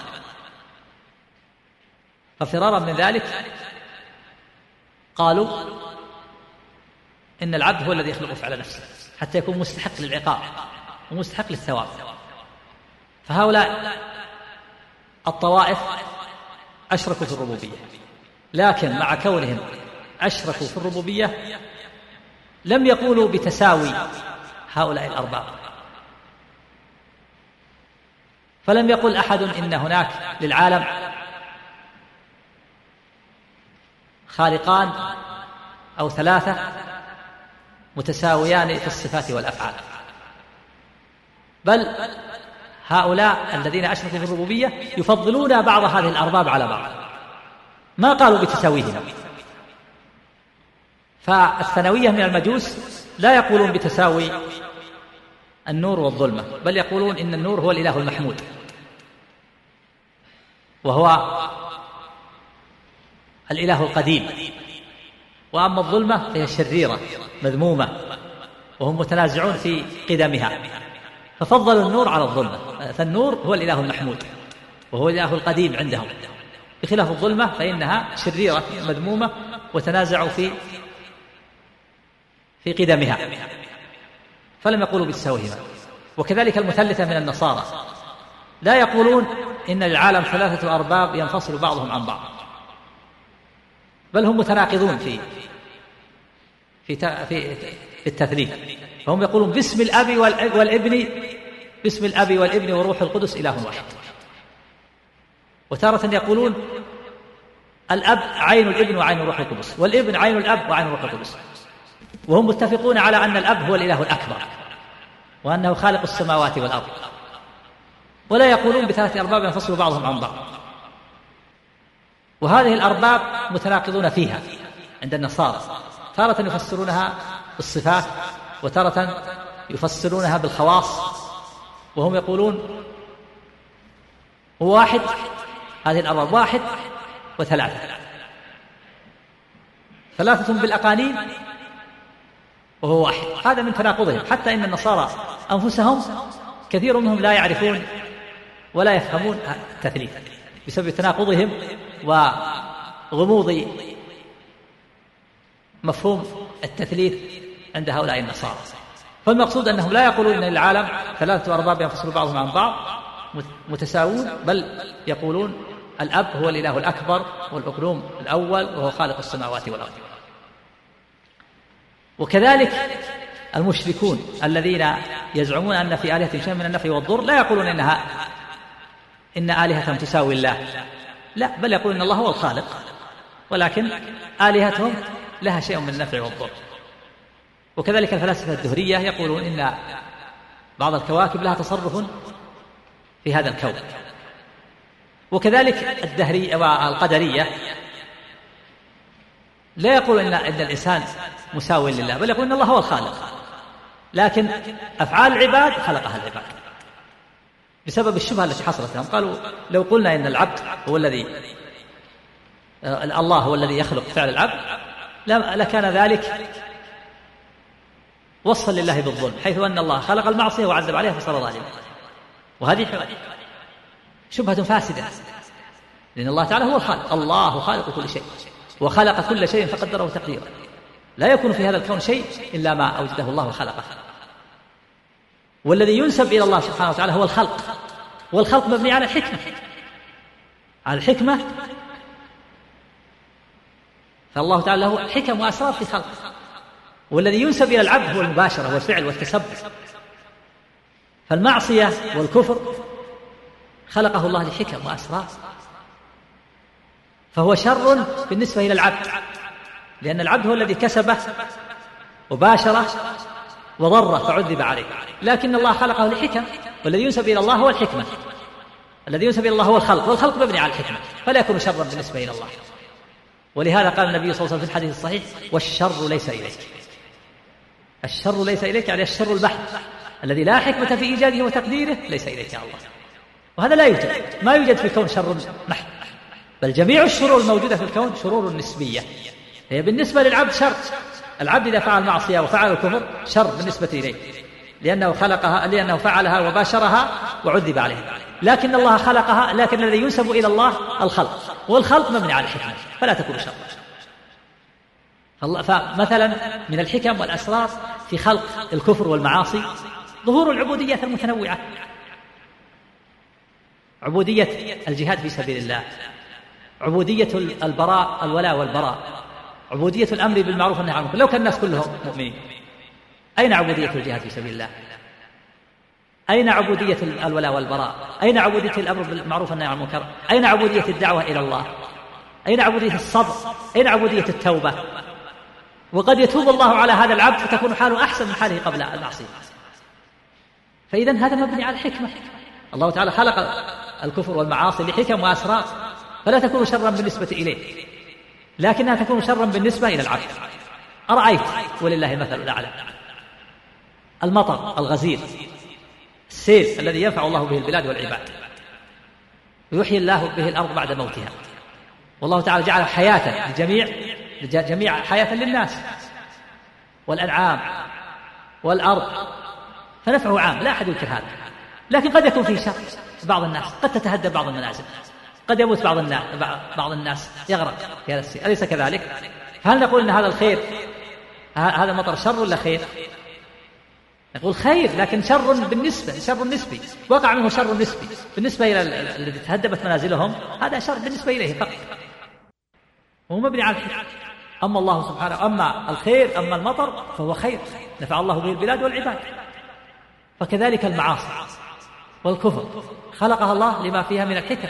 ففرارا من ذلك قالوا إن العبد هو الذي يخلق فعل نفسه حتى يكون مستحق للعقاب ومستحق للثواب. فهؤلاء الطوائف أشركوا في الربوبية، لكن مع كونهم أشركوا في الربوبية لم يقولوا بتساوي هؤلاء الأرباب، فلم يقل أحد إن هناك للعالم خالقان أو ثلاثة متساويان في الصفات والأفعال، بل هؤلاء الذين أشركوا في الربوبية يفضلون بعض هذه الأرباب على بعض، ما قالوا بتساويهما. فالثانوية من المجوس لا يقولون بتساوي النور والظلمة، بل يقولون إن النور هو الإله المحمود، وهو الإله القديم، وأما الظلمة فهي شريرة مذمومة، وهم متنازعون في قدمها، ففضلوا النور على الظلمة. فالنور هو الإله المحمود وهو الإله القديم عندهم، بخلاف الظلمة فإنها شريرة مذمومة وتنازعوا في في قدمها، فلم يقولوا بتساويهما. وكذلك المثلثة من النصارى لا يقولون إن العالم ثلاثة أرباب ينفصل بعضهم عن بعض، بل هم متناقضون في في في, في التثليث. فهم يقولون باسم الأب والابن باسم الأب والابن وروح القدس إله واحد، وتارة يقولون الأب عين الابن وعين روح القدس، والابن عين الأب وعين روح القدس، وهم متفقون على أن الأب هو الإله الأكبر وأنه خالق السماوات والأرض، ولا يقولون بثلاثة أرباب ينفصل بعضهم عن بعض. وهذه الأرباب متناقضون فيها عند النصارى، تارة يفسرونها بالصفات وتارة يفسرونها بالخواص، وهم يقولون هو واحد، هذه الأرباب واحد وثلاثة، ثلاثة بالأقانيم وهو واحد. هذا من تناقضهم، حتى إن النصارى أنفسهم كثير منهم لا يعرفون ولا يفهمون التثليث بسبب تناقضهم وغموض مفهوم التثليث عند هؤلاء النصارى. فالمقصود أنهم لا يقولون إن العالم ثلاثة أرباب ينفصل بعضهم عن بعض متساوون، بل يقولون الأب هو الإله الأكبر والأقلوم الأول وهو خالق السماوات والأرض. وكذلك المشركون الذين يزعمون أن في آلهة شيء من النفع والضر لا يقولون إنها إن آلهتهم تساوي الله، لا، بل يقولون إن الله هو الخالق، ولكن آلهتهم لها شيء من النفع والضر. وكذلك الفلاسفة الدهرية يقولون إن بعض الكواكب لها تصرف في هذا الكون. وكذلك الدهرية والقدرية لا يقول إن, إن الإنسان مساوي لله، بل يقول إن الله هو الخالق، لكن أفعال العباد خلقها العباد بسبب الشبهة التي حصلت لهم. قالوا لو قلنا إن العبد هو الذي الله هو الذي يخلق فعل العبد لكان ذلك وصفا لله بالظلم، حيث أن الله خلق المعصية وعذب عليها فصار ظالما. وهذه شبهة فاسدة، لأن الله تعالى هو الخالق، الله خالق كل شيء وخلق كل شيء فقدره تقديرا، لا يكون في هذا الكون شيء إلا ما أوجده الله وخلقه. والذي ينسب إلى الله سبحانه وتعالى هو الخلق، والخلق مبني على الحكمة، على الحكمة، فالله تعالى له حكم وأسرار في خلقه. والذي ينسب إلى العبد هو المباشرة والفعل والتسبب. فالمعصية والكفر خلقه الله لحكم وأسرار، فهو شر بالنسبة إلى العبد، لأن العبد هو الذي كسبه وباشره وضره فعذب عليه، لكن الله خلقه لحكم، والذي ينسب إلى الله هو الحكمة، الذي ينسب إلى الله هو الخلق، والخلق مبني على الحكمة، فلا يكون شرا بالنسبة إلى الله. ولهذا قال النبي صلى الله عليه وسلم في الحديث الصحيح: والشر ليس إليك. الشر ليس إليك يعني الشر البحث الذي لا حكمة في إيجاده وتقديره ليس إليك يا الله. وهذا لا يوجد، ما يوجد في الكون شر محض، بل جميع الشرور الموجودة في الكون شرور نسبية، هي بالنسبة للعبد شر. العبد إذا فعل معصية وفعل الكفر شر بالنسبة إليه، لأنه خلقها، لأنه فعلها وباشرها وعذب عليها، لكن الله خلقها، لكن الذي ينسب إلى الله الخلق، والخلق مبني على الحكمة فلا تكون شر. فمثلا من الحكم والأسرار في خلق الكفر والمعاصي ظهور العبوديات المتنوعة، عبودية الجهاد في سبيل الله، عبودية البراء الولاء والبراء، عبودية الأمر بالمعروف والنهي عن المنكر. لو كان الناس كلهم مؤمنين أين عبودية الجهاد في سبيل الله؟ أين عبودية الولاء والبراء؟ أين عبودية الأمر بالمعروف والنهي عن المنكر؟ أين عبودية الدعوة إلى الله؟ أين عبودية الصبر؟ أين عبودية التوبة؟ وقد يتوب الله على هذا العبد فتكون حاله أحسن من حاله قبل المعصية. فإذن هذا مبني على الحكمة. الله تعالى خلق الكفر والمعاصي لحكم وأسرار، فلا تكون شرا بالنسبة إليه، لكنها تكون شرا بالنسبة إلى العبد. أرأيت ولله المثل الأعلى المطر الغزير، السيل الذي ينفع الله به البلاد والعباد ويحيي الله به الأرض بعد موتها، والله تعالى جعل حياة لجميع جميع حياة للناس والأنعام والأرض، فنفعه عام لا أحد ينكر هذا. لكن قد يكون فيه شر بعض الناس، قد تتهدم بعض المنازل، قد يموت بعض الناس بعض الناس يغرق في هذا السيل، أليس كذلك؟ فهل نقول أن هذا الخير هذا المطر شر ولا خير؟ نقول خير، لكن شر بالنسبة شر نسبي، وقع منه شر نسبي بالنسبة إلى الذي تهدمت منازلهم، هذا شر بالنسبة إليه فقط، وهو مبني على الحكمة. أما الله سبحانه أما الخير أما المطر فهو خير نفع الله به البلاد والعباد. فكذلك المعاصي والكفر خلقها الله لما فيها من الحكم،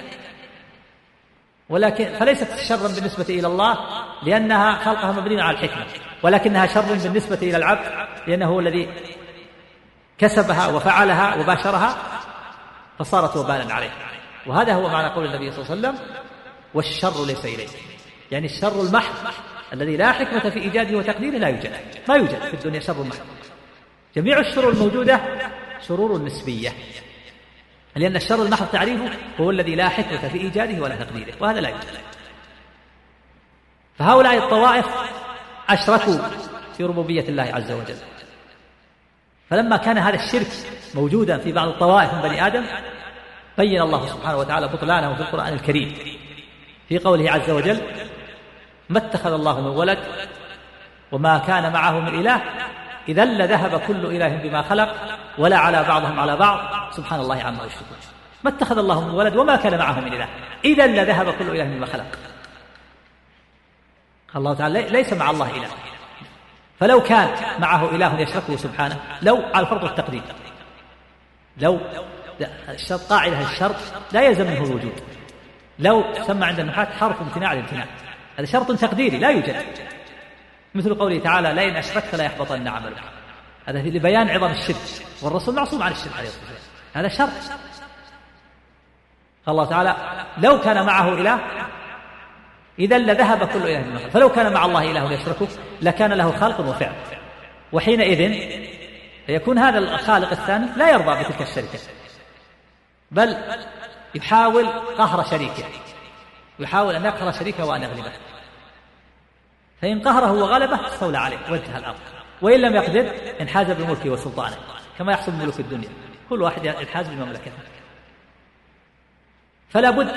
ولكن فليست شرا بالنسبة إلى الله لأنها خلقها مبنية على الحكمة، ولكنها شر بالنسبة إلى العبد لأنه هو الذي كسبها وفعلها وباشرها فصارت وبالا عليه. وهذا هو معنى قول النبي صلى الله عليه وسلم والشر ليس إليه، يعني الشر المحض الذي لا حكمة في إيجاده وتقديره لا يوجد، ما يوجد في الدنيا شر محض. جميع الشرور الموجودة شرور نسبية، لأن الشر المحض تعريفه هو الذي لا حكمة في إيجاده ولا تقديره، وهذا لا يوجد. فهؤلاء الطوائف أشركوا في ربوبية الله عز وجل، فلما كان هذا الشرك موجودا في بعض الطوائف من بني آدم بين الله سبحانه وتعالى بطلانه في القرآن الكريم في قوله عز وجل ما اتخذ الله من ولد وما كان معه من إله إذا لذهب كل إله بما خلق ولا على بعضهم على بعض سبحان الله عما يشركون. ما اتخذ الله من ولد وما كان معه من إله إذا لذهب كل إله بما خلق. الله تعالى ليس مع الله إله، فلو كان معه إله يشركه سبحانه لو على الفرض والتقدير، لو الشرط قاعدة الشرط لا يلزم منه الوجود، لو سمى عند النحاة حرف امتناع الامتناع، هذا شرط تقديري لا يوجد، مثل قوله تعالى لئن أشركت لا يحبطن عملك، هذا لبيان عظم الشرك، والرسول معصوم عن الشرك عليه الصلاة والسلام، هذا شرط. الله تعالى لو كان معه إله إذا لذهب كل إله بما خلق، فلو كان مع الله إله يشركه لكان له خلق وفعل، وحينئذ يكون هذا الخالق الثاني لا يرضى بتلك الشركة، بل يحاول قهر شريكه، يحاول أن يقهر شريكه وأن يغلبه، فإن قهره وغلبه استولى عليه وانتهى الأمر، وإن لم يقدر انحاز بملكه وسلطانه كما يحصل بملوك الدنيا، كل واحد ينحاز بمملكته. فلا بد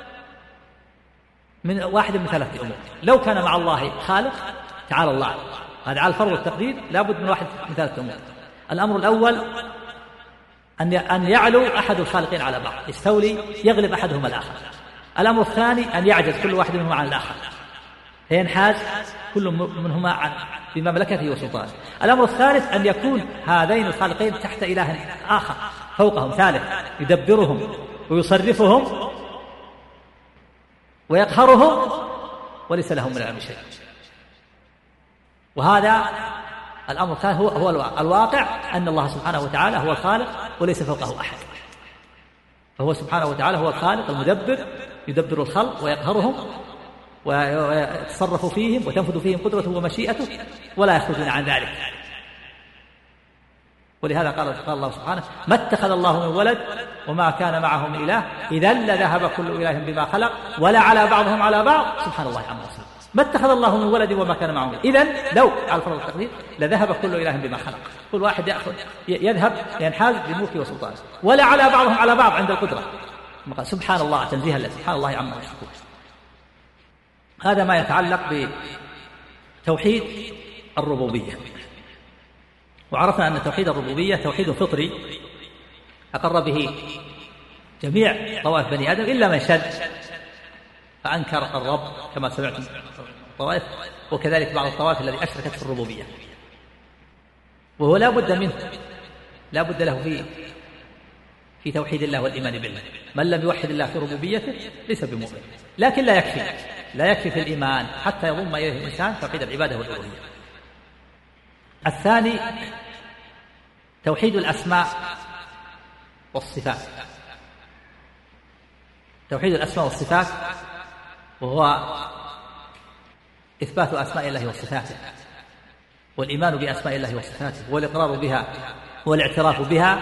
من واحد من ثلاثة أمور. لو كان مع الله خالق تعالى الله، هذا على الفرض والتقدير، لا بد من واحد من ثلاثة أمور. الأمر الأول أن أن يعلو أحد الخالقين على بعض، يستولي يغلب أحدهما الآخر. الأمر الثاني أن يعجز كل واحد منهما عن الآخر، فينحاز كل منهما عن بمملكته وسلطانه. الأمر الثالث أن يكون هذين الخالقين تحت إله آخر فوقهم ثالث يدبرهم ويصرفهم ويقهرهم وليس لهم من الأمر شيء. وهذا الأمر الثالث هو هو الواقع، أن الله سبحانه وتعالى هو الخالق وليس فوقه أحد، فهو سبحانه وتعالى هو الخالق المدبر، يدبر الخلق ويقهرهم ويتصرف فيهم وتنفذ فيهم قدرته ومشيئته ولا يخرجون عن ذلك. ولهذا قال الله سبحانه ما اتخذ الله من ولد وما كان معه من إله إذا لذهب كل إله بما خلق ولا على بعضهم على بعض سبحان الله عما يصفون. ما اتخذ الله من ولد وما كان معه من إله، إذن لو على الفرض والتقدير لذهب كل إله بما خلق، كل واحد يأخذ يذهب ينحاز بملكه وسلطانه، ولا على بعضهم على بعض عند القدرة. سبحان الله تنزيها لله، سبحان الله عما يشركون. هذا ما يتعلق بتوحيد الربوبية. وعرفنا أن توحيد الربوبية توحيد فطري أقر به جميع طوائف بني آدم إلا من شد فأنكر الرب كما سمعتم الطوائف، وكذلك بعض الطوائف التي أشركت في الربوبية، وهو لا بد منه، لا بد له في في توحيد الله والإيمان بالله. من لم يوحد الله في ربوبيته ليس بمؤمن. لكن لا يكفي لا يكفي في الإيمان حتى يضم إليه الإنسان توحيد العبادة والألوهية. الثاني توحيد الأسماء والصفات. توحيد الأسماء والصفات وهو إثبات أسماء الله وصفاته والإيمان بأسماء الله وصفاته والإقرار بها والاعتراف بها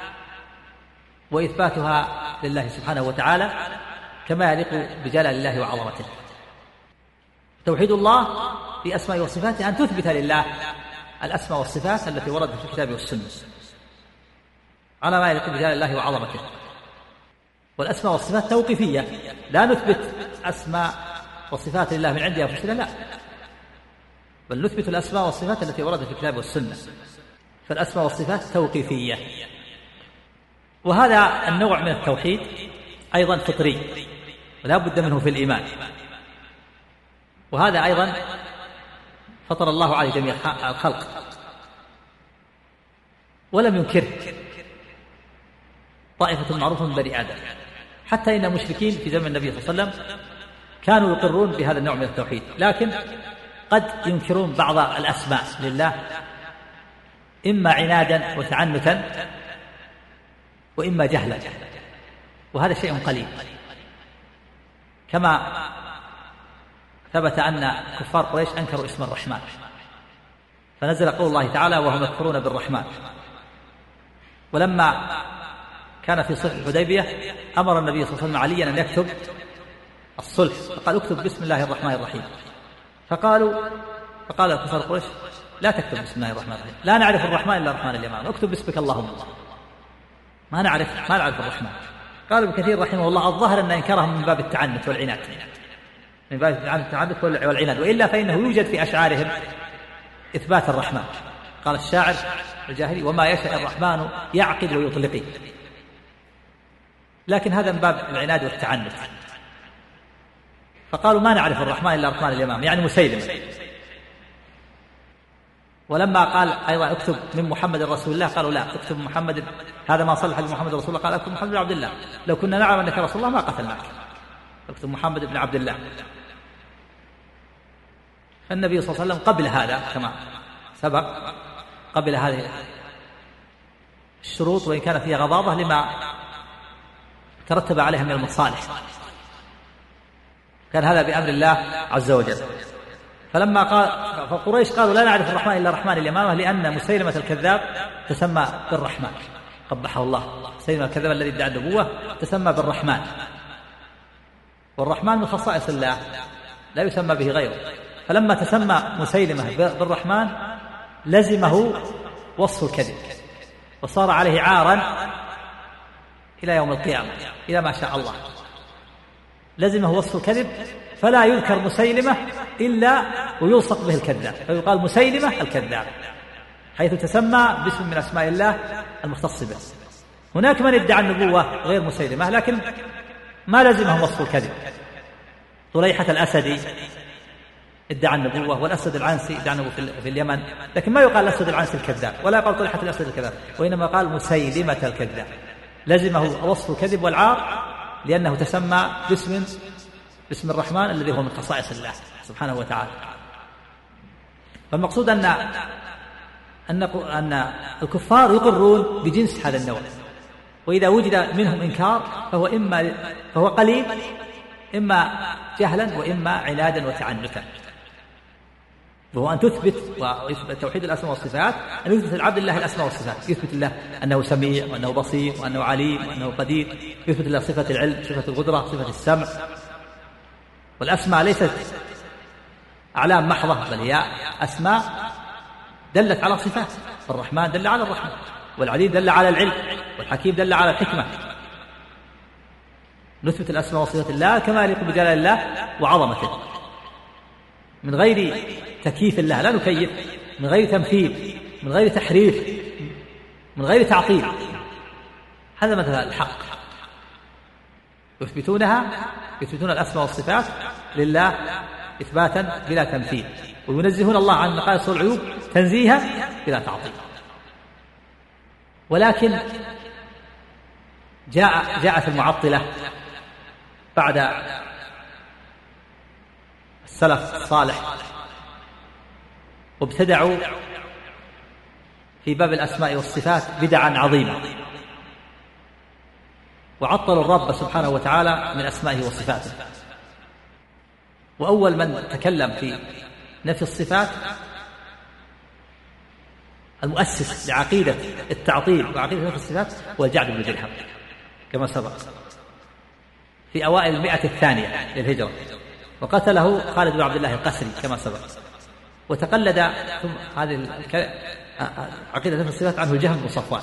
وإثباتها لله سبحانه وتعالى كما يليق بجلال الله وعظمته. توحيد الله بأسماء وصفاته أن تثبت لله الأسماء والصفات التي وردت في الكتاب والسنة على ما يليق بجلال الله وعظمته. والأسماء والصفات توقيفية، لا نثبت أسماء وصفات لله من عند أنفسنا، لا، بل نثبت الأسماء والصفات التي وردت في الكتاب والسنة. فالأسماء والصفات توقيفية. وهذا النوع من التوحيد أيضا فطري ولا بد منه في الإيمان، وهذا أيضا فطر الله عليه جميع الخلق ولم ينكره طائفة معروفة من بني آدم، حتى إن المشركين في زمن النبي صلى الله عليه وسلم كانوا يقرون بهذا النوع من التوحيد، لكن قد ينكرون بعض الأسماء لله إما عنادا وتعنتا وإما جهلا، وهذا شيء قليل. كما ثبت أن كفار قريش أنكروا اسم الرحمن فنزل قول الله تعالى وهم يكفرون بالرحمن. ولما كان في صلح الحديبية أمر النبي صلى الله عليه وسلم عليا أن يكتب الصلح، فقال اكتب بسم الله الرحمن الرحيم. فقالوا فقال كفار قريش لا تكتب بسم الله الرحمن الرحيم، لا نعرف الرحمن إلا الرحمن اليمان، اكتب باسمك اللهم، ما نعرف ما نعرف الرحمن. قال ابن كثير رحمه الله الظاهر أن إنكارهم من باب التعنت والعناد، من باب التعنت والعناد، وإلا فإنه يوجد في أشعارهم إثبات الرحمن. قال الشاعر الجاهلي وما يشاء الرحمن يعقد ويطلقي، لكن هذا من باب العناد والتعنت. فقالوا ما نعرف الرحمن إلا الرحمن اليمام، يعني مسيلمة. ولما قال أيضا اكتب من محمد رسول الله قالوا لا، اكتب محمد، هذا ما صلح بمحمد رسول الله، قال اكتب محمد بن عبد الله، لو كنا نعلم أنك رسول الله ما قتلناك، اكتب محمد بن عبد الله. فالنبي صلى الله عليه وسلم قبل هذا كما سبق، قبل هذه الشروط وإن كان فيها غضاضة لما ترتب عليها من المصالح، كان هذا بأمر الله عز وجل. فلما قال فقريش قالوا لا نعرف الرحمن إلا الرحمن اليمامة، لأن مسيلمة الكذاب تسمى بالرحمن قبحه الله، مسيلمة الكذاب الذي ادعى النبوة تسمى بالرحمن، والرحمن من خصائص الله لا يسمى به غيره. فلما تسمى مسيلمة بالرحمن لزمه وصف الكذب، وصار عليه عارا إلى يوم القيامة إلى ما شاء الله، لزمه وصف الكذب، فلا يذكر مسيلمة إلا ويلصق به الكذاب، فيقال مسيلمة الكذاب، حيث تسمى باسم من أسماء الله المختص به. هناك من ادعى النبوة غير مسيلمة لكن ما لزمه وصف الكذب، طليحة الأسدي ادعى النبوة، والأسد العنسي ادعى النبوة في اليمن، لكن ما يقال الأسد العنسي الكذاب ولا يقال طليحة الأسد الكذاب، وإنما قال مسيلمة الكذاب، لزمه وصف الكذب والعار لأنه تسمى باسم باسم الرحمن الذي هو من خصائص الله سبحانه وتعالى. فالمقصود أن أن أن الكفار يقرون بجنس هذا النوع، وإذا وجد منهم إنكار فهو إما فهو قليل، إما جهلا وإما عنادا وتعنتا. وهو أن تثبت ويثبت توحيد الأسماء والصفات، أن يثبت العبد الله الأسماء والصفات، يثبت الله أنه سميع وأنه بصير وأنه عليم وأنه قدير، يثبت الله صفة العلم، صفة القدرة، صفة السمع. والأسماء ليست أعلام محضة، بل هي أسماء دلت على صفات. الرحمن دل على الرحمة، والعليم دل على العلم، والحكيم دل على الحكمة. نثبت الأسماء وصفات الله كما يليق بجلال الله وعظمته، من غير تكييف الله، لا نكيف، من غير تمثيل، من غير تحريف، من غير تعطيل. هذا مثل الحق، يثبتونها يثبتون الأسماء والصفات لله إثباتا بلا تمثيل، وينزهون الله عن نقائص والعيوب تنزيها بلا تعطيل. ولكن جاء جاءت المعطلة بعد السلف الصالح وابتدعوا في باب الأسماء والصفات بدعا عظيمة، وعطلوا الرب سبحانه وتعالى من أسمائه وصفاته. وأول من تكلم في نفي الصفات المؤسس لعقيدة التعطيل وعقيدة نفي الصفات هو الجعد بن درهم كما سبق في أوائل المئة الثانية للهجرة، وقتله خالد بن عبد الله القسري كما سبق. وتقلد هذه عقيدة نفي الصفات عنه الجهم بن صفوان،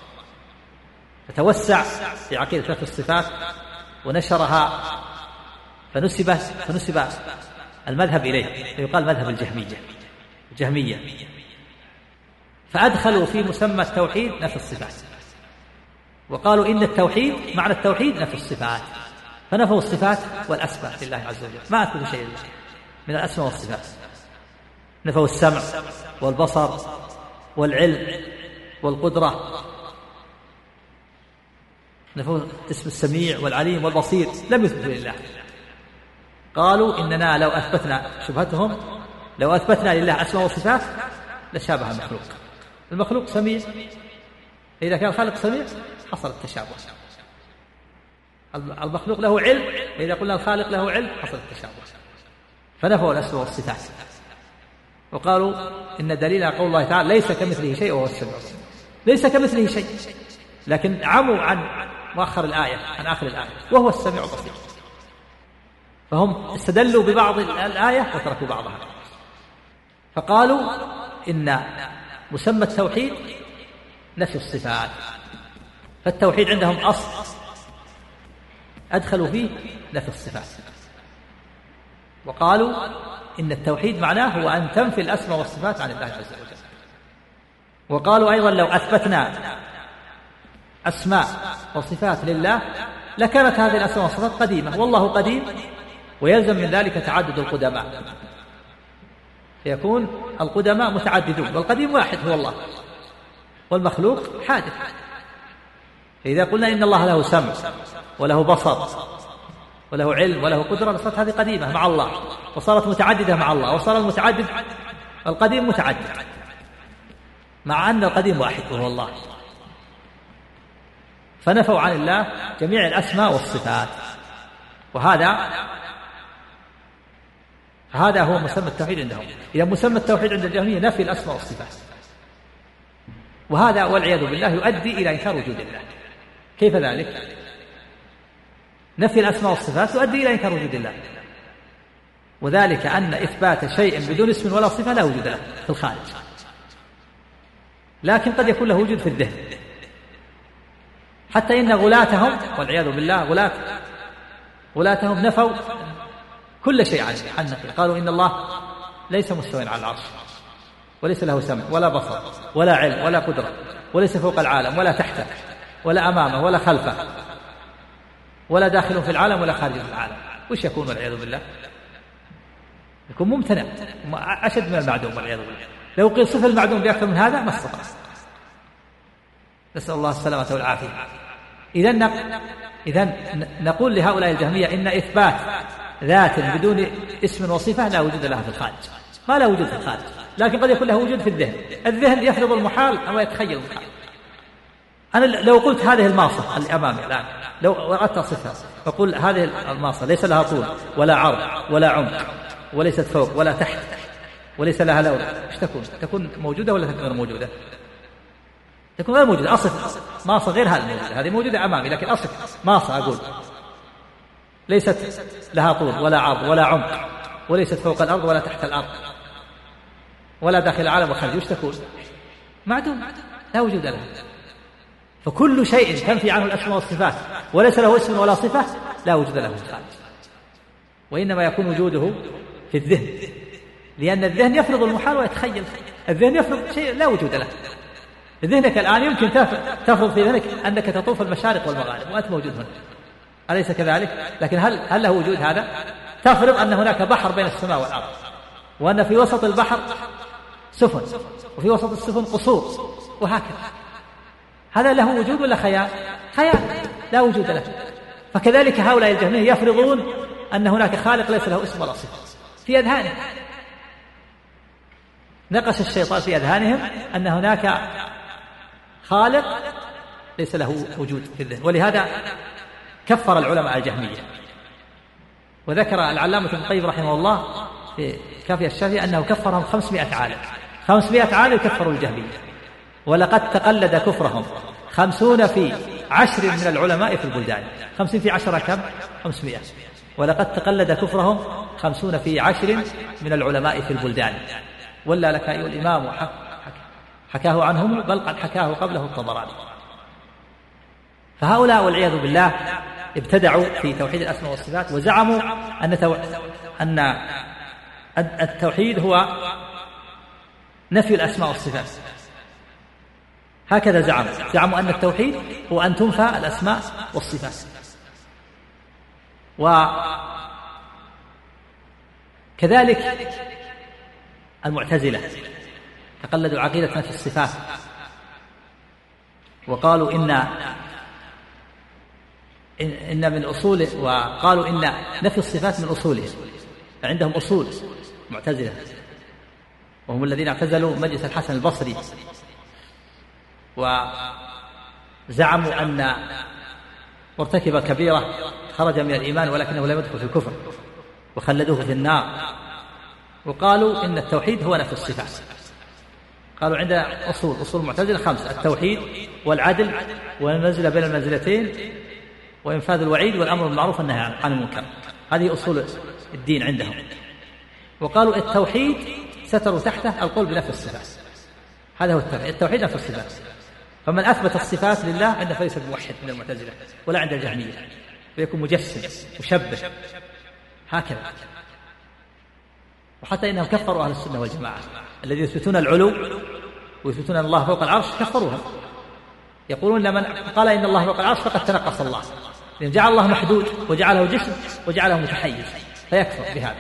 فتوسع في عقيدة نفي الصفات ونشرها، فنسب فنسب المذهب إليه، فيقال مذهب الجهمية الجهمية فأدخلوا في مسمى التوحيد نفي الصفات، وقالوا إن التوحيد معنى التوحيد نفي الصفات، فنفوا الصفات والأسماء لله عز وجل، ما أثبتوا شيء من الأسماء والصفات. نفوا السمع والبصر والعلم والقدرة، نفوا اسم السميع والعليم والبصير، لم يثبتوا لله. قالوا إننا لو أثبتنا شبهتهم لو أثبتنا لله أسماء وصفات لشابه المخلوق. المخلوق سميع، إذا كان الخالق سميع حصل التشابه. المخلوق له علم، إذا قلنا الخالق له علم حصل التشابه، فنفوا الأسماء والصفات. وقالوا إن دليل على قول الله تعالى ليس كمثله شيء وهو السميع البصير، ليس كمثله شيء، لكن عموا عن مؤخر الآية عن آخر الآية وهو السميع البصير، فهم استدلوا ببعض الآية وتركوا بعضها. فقالوا إن مسمى التوحيد نفي الصفات، فالتوحيد عندهم أصل أدخلوا فيه نفي الصفات، وقالوا إن التوحيد معناه هو أن تنفي الأسماء والصفات عن الله عز وجل. وقالوا أيضا لو أثبتنا أسماء وصفات لله لكانت هذه الأسماء والصفات قديمة، والله قديم ويلزم من ذلك تعدد القدماء، فيكون القدماء متعددون والقديم واحد هو الله، والمخلوق حادث. فإذا قلنا إن الله له سمع وله بصر وله علم وله قدرة لصارت هذه قديمة مع الله، وصارت متعددة مع الله، وصار المتعدد القديم متعدد، مع أن القديم واحد وهو الله. فنفوا عن الله جميع الأسماء والصفات، وهذا هذا هو مسمى التوحيد عندهم. إذا مسمى التوحيد عند الجهمية نفي الأسماء والصفات، وهذا والعياذ بالله يؤدي إلى إنكار وجود الله. كيف ذلك؟ نفي الأسماء والصفات يؤدي إلى إنكار وجود الله، وذلك أن إثبات شيء بدون اسم ولا صفة لا وجود له في الخارج، لكن قد يكون له وجود في الذهن. حتى إن غلاتهم والعياذ بالله غلات غلاتهم نفوا كل شيء عنه، قالوا إن الله ليس مستوى على العرش، وليس له سمع ولا بصر ولا علم ولا قدرة، وليس فوق العالم ولا تحته ولا أمامه ولا خلفه، ولا داخل في العالم ولا خارج في العالم. وش يكون والعياذ بالله؟ يكون ممتنع أشد من المعدوم والعياذ بالله. لو قيل صفة المعدوم بأكثر من هذا ما استطاع. نسأل الله السلامة والعافية. إذن إذن نقول لهؤلاء الجهمية إن إثبات ذات بدون اسم وصفة لا وجود لها في الخارج، ما لا وجود في الخارج، لكن قد يكون له وجود في الذهن. الذهن يفرض المحال أو يتخيل المحال. أنا لو قلت هذه الماصة اللي أمامي الآن، لو أردت صفة فقل هذه الماصة ليس لها طول ولا عرض ولا عمق، وليست فوق ولا تحت، وليس لها لون، ايش تكون؟ تكون موجودة ولا تكون غير موجودة؟ تكون غير موجودة. أصف ماصة غير هذه الموجودة، هذه موجودة أمامي، لكن أصف ماصة أقول ليست لها طول ولا عرض ولا عمق، وليست فوق الأرض ولا تحت الأرض، ولا داخل العالم وخارج، ايش تكون؟ معدوم، لا وجود لها. فكل شيء تنفي عنه الأسماء والصفات وليس له اسم ولا صفة لا وجود له في الخارج، وإنما يكون وجوده في الذهن، لأن الذهن يفرض المحال ويتخيل. الذهن يفرض شيء لا وجود له. ذهنك الآن يمكن تفرض في ذهنك أنك تطوف المشارق والمغارب وأنت موجود هنا، أليس كذلك؟ لكن هل هل له وجود هذا؟ تفرض أن هناك بحر بين السماء والأرض، وأن في وسط البحر سفن، وفي وسط السفن قصور، وهكذا. هذا له وجود ولا خيال؟ خيال. لا وجود له. فكذلك هؤلاء الجهمية يفرضون أن هناك خالق ليس له اسم ولا صفة في أذهانهم. نقش الشيطان في أذهانهم أن هناك خالق ليس له وجود في الذهن، ولهذا كفر العلماء الجهمية. وذكر العلامة ابن القيم رحمه الله في كافية الشافعي أنه كفرهم خمسمائة عالم، خمسمائة عالم يكفروا الجهمية. ولقد تقلد كفرهم خمسون في عشر من العلماء في البلدان. خمسين في عشرة كم؟ خمسمائة. ولقد تقلد كفرهم خمسون في عشر من العلماء في البلدان. ولا لك أيها الإمام حكاه عنهم بل قد حكاه قبله الطبراني. فهؤلاء والعياذ بالله ابتدعوا في توحيد الأسماء والصفات، وزعموا أن تو... أن التوحيد هو نفي الأسماء والصفات. هكذا زعموا زعموا أن التوحيد هو أن تنفى الأسماء والصفات. وكذلك المعتزلة تقلدوا عقيدة نفي الصفات، وقالوا إن إن من أصول وقالوا إن نفي الصفات من أصوله. عندهم أصول معتزلة، وهم الذين اعتزلوا مجلس الحسن البصري، وزعموا أن مرتكب كبيرة خرج من الإيمان ولكنه لم يدخل في الكفر، وخلدوه في النار. وقالوا إن التوحيد هو نفي الصفات. قالوا عند أصول أصول المعتزلة خمسة: التوحيد والعدل والمنزلة بين المنزلتين وإنفاذ الوعيد والأمر بالمعروف والنهي عن المنكر. هذه أصول الدين عندهم. وقالوا التوحيد ستروا تحته القول بنفي الصفات. هذا هو التوحيد. التوحيد نفي الصفات. فمن أثبت الصفات لله عنده فليس بموحد من المعتزلة ولا عند الجهمية، ويكون مجسم مشبه هكذا. وحتى إنهم كفروا أهل السنة والجماعة الذين يثبتون العلو ويثبتون أن الله فوق العرش، كفروهم. يقولون لمن قال إن الله فوق العرش فقد تنقص الله، لأن جعل الله محدود وجعله جسم وجعله متحيز، فيكفر بهذا.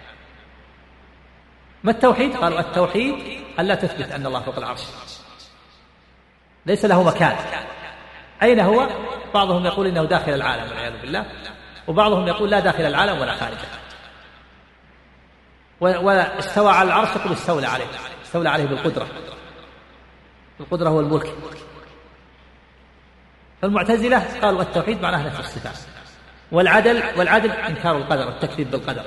ما التوحيد؟ قالوا التوحيد ألا تثبت أن الله فوق العرش، ليس له مكان. أين هو؟ بعضهم يقول إنه داخل العالم والعياذ بالله، وبعضهم يقول لا داخل العالم ولا خارجه. ولا استوى على العرش يقول استولى عليه، استولى عليه بالقدرة. القدرة هو الملك. فالمعتزلة قالوا التوحيد معناه نفي الصفات، والعدل والعدل إنكار القدر والتكذيب بالقدر.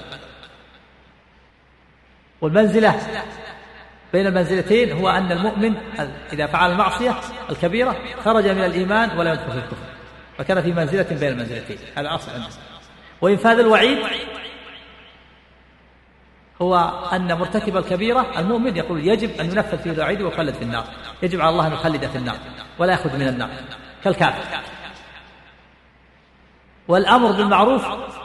والمنزلة بين المنزلتين هو أن المؤمن إذا فعل المعصية الكبيرة خرج من الإيمان ولا يدخل في الكفر، فكان في منزلة بين المنزلتين. هذا أصل عنده. وإنفاذ الوعيد هو أن مرتكب الكبيرة المؤمن يقول يجب أن ينفذ فيه الوعيد ويخلد في النار، يجب على الله أن يخلد في النار ولا يأخذ من النار كالكافر. والأمر بالمعروف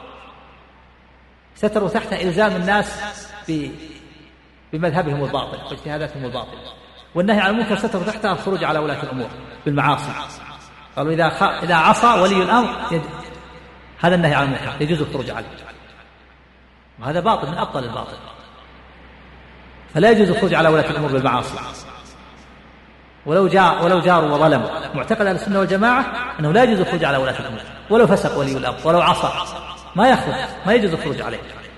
ستروا تحت إلزام الناس بمذهبهم الباطل واجتهاداتهم الباطل. والنهي عن المنكر ستروا تحت الخروج على ولاة الأمور بالمعاصي. قالوا إذا خ... إذا عصى ولي الأمر يد... هذا النهي عن المنكر يجوز الخروج عليه، وهذا باطل من أبطل الباطل. فلا يجوز الخروج على ولاة الأمور بالمعاصي ولو جاء ولو جاروا وظلموا. معتقد أهل السنة والجماعة أنه لا يجوز الخروج على ولاة الأمور، ولو فسق ولي الأمر ولو عصى ما يخرج، ما يجوز الخروج عليه.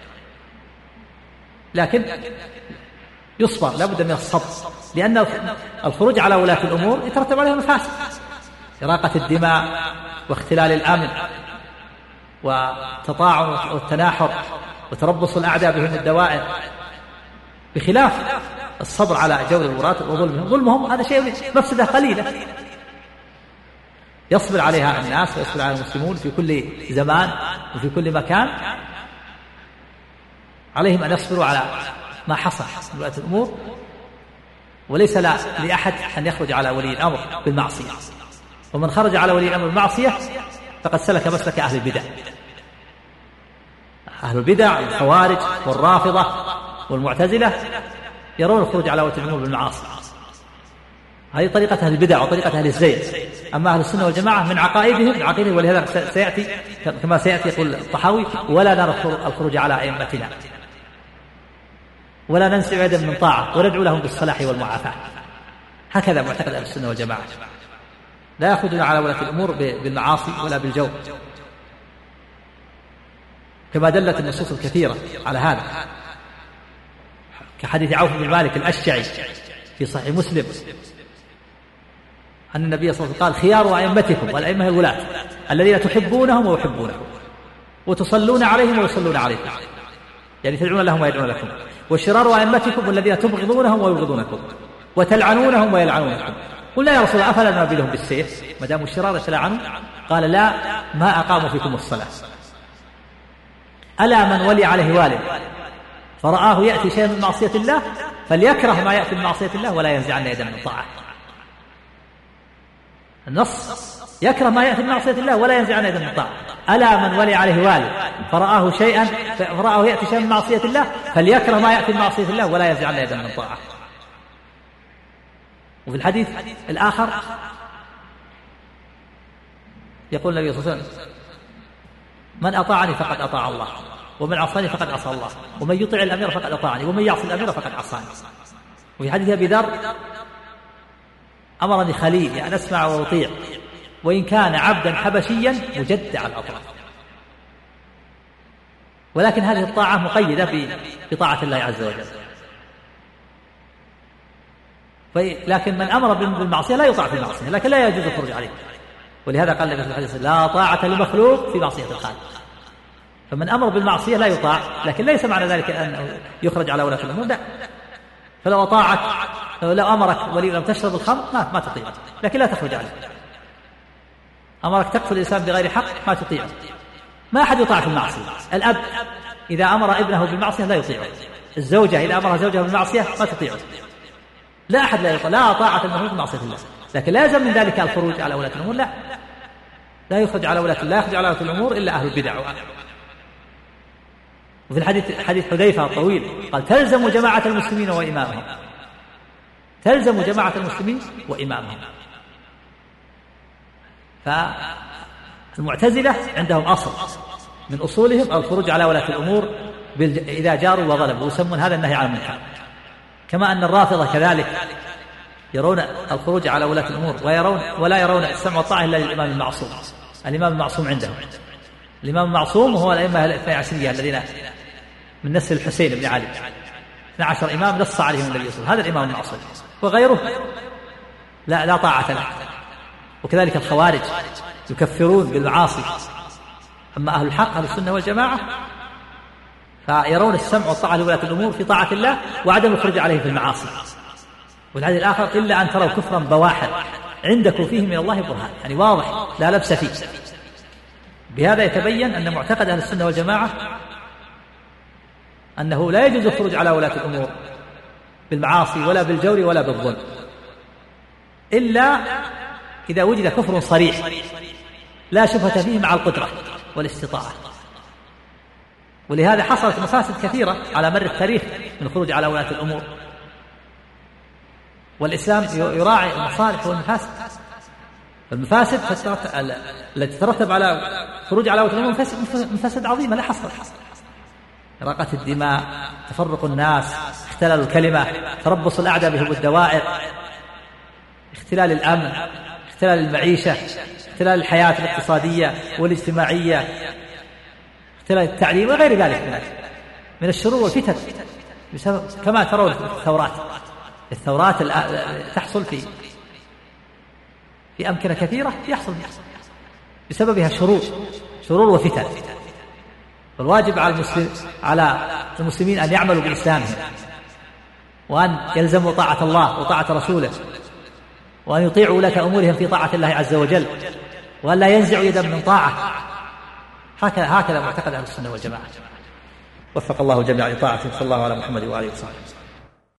لكن يصبر، لا بد من الصبر، لأن الخروج على ولاة الأمور يترتب عليه مفاسد: إراقة الدماء واختلال الأمن والتطاعن والتناحر وتربص الأعداء بهم الدوائر، بخلاف الصبر على جور الوراة وظلمهم. ظلمهم هذا شيء مفسدة قليلة يصبر عليها الناس ويصبر عليها المسلمون في كل زمان وفي كل مكان. عليهم أن يصبروا على ما حصل من ولاة الأمور، وليس لأحد أن يخرج على ولي الأمر بالمعصية. ومن خرج على ولي الأمر بالمعصية فقد سلك مسلك أهل البدع. أهل البدع الخوارج والرافضة والمعتزلة يرون الخروج على ولاة الأمور بالمعاصي. هذه طريقة أهل البدع وطريقة أهل الزيغ. أما أهل السنة والجماعة من عقائدهم عقيدة، ولهذا سيأتي كما سيأتي يقول الطحاوي: ولا نرى الخروج على أئمتنا ولا ننسى عدم من طاعة وندعو لهم بالصلاح والمعافاة. هكذا معتقد أهل السنة والجماعة. لا يخرجون على ولاة الأمور بالمعاصي ولا بالجور، كما دلت النصوص الكثيرة على هذا، كحديث عوف بن مالك الأشجعي في صحيح مسلم أن النبي صلى الله عليه وسلم قال: خيار أئمتكم، والأئمة الولاة الذين تحبونهم ويحبونكم وتصلون عليهم ويصلون عليكم، يعني تدعون لهم ويدعون لكم. وشرار أئمتكم الذين تبغضونهم ويبغضونكم وتلعنونهم ويلعنونكم. قلنا يا رسول الله أفلا ننابذهم بالسيف ما داموا الشرار يتلعنون؟ قال: لا، ما أقاموا فيكم الصلاة. ألا من ولي عليه والد فرآه يأتي شيئا من معصية الله فليكره ما يأتي من معصية الله ولا ينزعن يدا من طاعة. النص يكره ما يأتي من معصية الله ولا ينزعن يدا من طاعة. ألا من ولي عليه والد فرآه شيئا فرآه يأتي شيئا من معصية الله فليكره ما يأتي من معصية الله ولا ينزعن يدا من طاعة. وفي الحديث الآخر يقول النبي صلى الله عليه وسلم: من أطاعني فقد أطاع الله، ومن عصاني فقد عصى الله، ومن يطع الأمير فقد أطاعني، ومن يعصي الأمير فقد عصاني. وفي حديث أبي ذر: أمرني خليلي أن أسمع وأطيع وإن كان عبدا حبشيا مجدع الأطراف. ولكن هذه الطاعة مقيدة بطاعة الله عز وجل. لكن من أمر بالمعصية لا يطاع في المعصية، لكن لا يجوز الخروج عليه. ولهذا قال النبي في الحديث: لا طاعة لمخلوق في معصية الخالق. فمن أمر بالمعصية لا يطاع، لكن ليس معنى ذلك أنه يخرج على ولاة الأمور، لا. فلو أطاعك لو أمرك ولي لم تشرب الخمر ما, ما تطيع، لكن لا تخرج عليه. أمرك تقتل الإنسان بغير حق ما تطيع. ما أحد يطاع في المعصية. الأب إذا أمر ابنه بالمعصية لا يطيعه، الزوجة إذا أمر زوجها بالمعصية ما تطيعه. لا أحد لا يطاع، لا طاعة المخلوق في معصية الله. لكن لا يلزم من ذلك الخروج على ولاة الأمور، لا لا يخرج على ولاة لا يخرج على ولاة الأمور إلا أهل البدع. وفي الحديث حديث حذيفة الطويل قال: تلزم جماعة المسلمين وإمامهم، تلزم جماعة المسلمين وإمامهم. فالمعتزلة عندهم أصل من أصولهم الخروج على ولاة الأمور إذا جاروا وظلموا، ويسمون هذا النهي عن المنكر. كما أن الرافضة كذلك يرون الخروج على ولاة الأمور ويرون ولا يرون السمع والطاعة إلا للإمام المعصوم. الإمام المعصوم عندهم، الإمام المعصوم هو الأئمة الاثني عشرية الذين من نسل الحسين بن علي، اثني عشر إمام نص عليهم النبي صلى الله عليه وسلم، هذا الإمام المعصوم. وغيره لا لا طاعة له. وكذلك الخوارج يكفرون بالمعاصي. أما أهل الحق أهل السنة والجماعة فيرون السمع والطاعة لولاة الأمور في طاعة الله وعدم الخروج عليه في المعاصي. والحديث الآخر: إلا أن تروا كفرا بواحا عندكم فيه من الله برهان، يعني واضح لا لبس فيه. بهذا يتبين أن معتقد أهل السنة والجماعة أنه لا يجوز الخروج على ولاة الأمور بالمعاصي ولا بالجور ولا بالظلم إلا إذا وجد كفر صريح لا شبهة فيه مع القدرة والاستطاعة. ولهذا حصلت مفاسد كثيرة على مر التاريخ من الخروج على ولاة الأمور. والإسلام يراعي المصالح والمفاسد. المفاسد التي تترتب على خروج على ولاة الأمور مفاسد عظيمة لا حصر: إراقة الدماء، تفرق الناس، اختلال الكلمة، تربص الأعداء بهم الدوائر، اختلال الأمن، اختلال المعيشة، اختلال الحياة الاقتصادية والاجتماعية، اختلال التعليم وغير ذلك من من الشرور والفتن. بسبب كما ترون الثورات الثورات تحصل في في أمكنة كثيرة يحصل بسببها شرور شرور وفتن. والواجب على المسلم على المسلمين أن يعملوا بإسلامهم، وأن يلزموا طاعة الله وطاعة رسوله، وأن يطيعوا ولاة أمورهم في طاعة الله عز وجل، وأن لا ينزعوا يدا من طاعة. هكذا هكذا معتقد أهل السنة والجماعة. وفق الله الجميع لطاعته. صلى الله على محمد وآله وصحبه.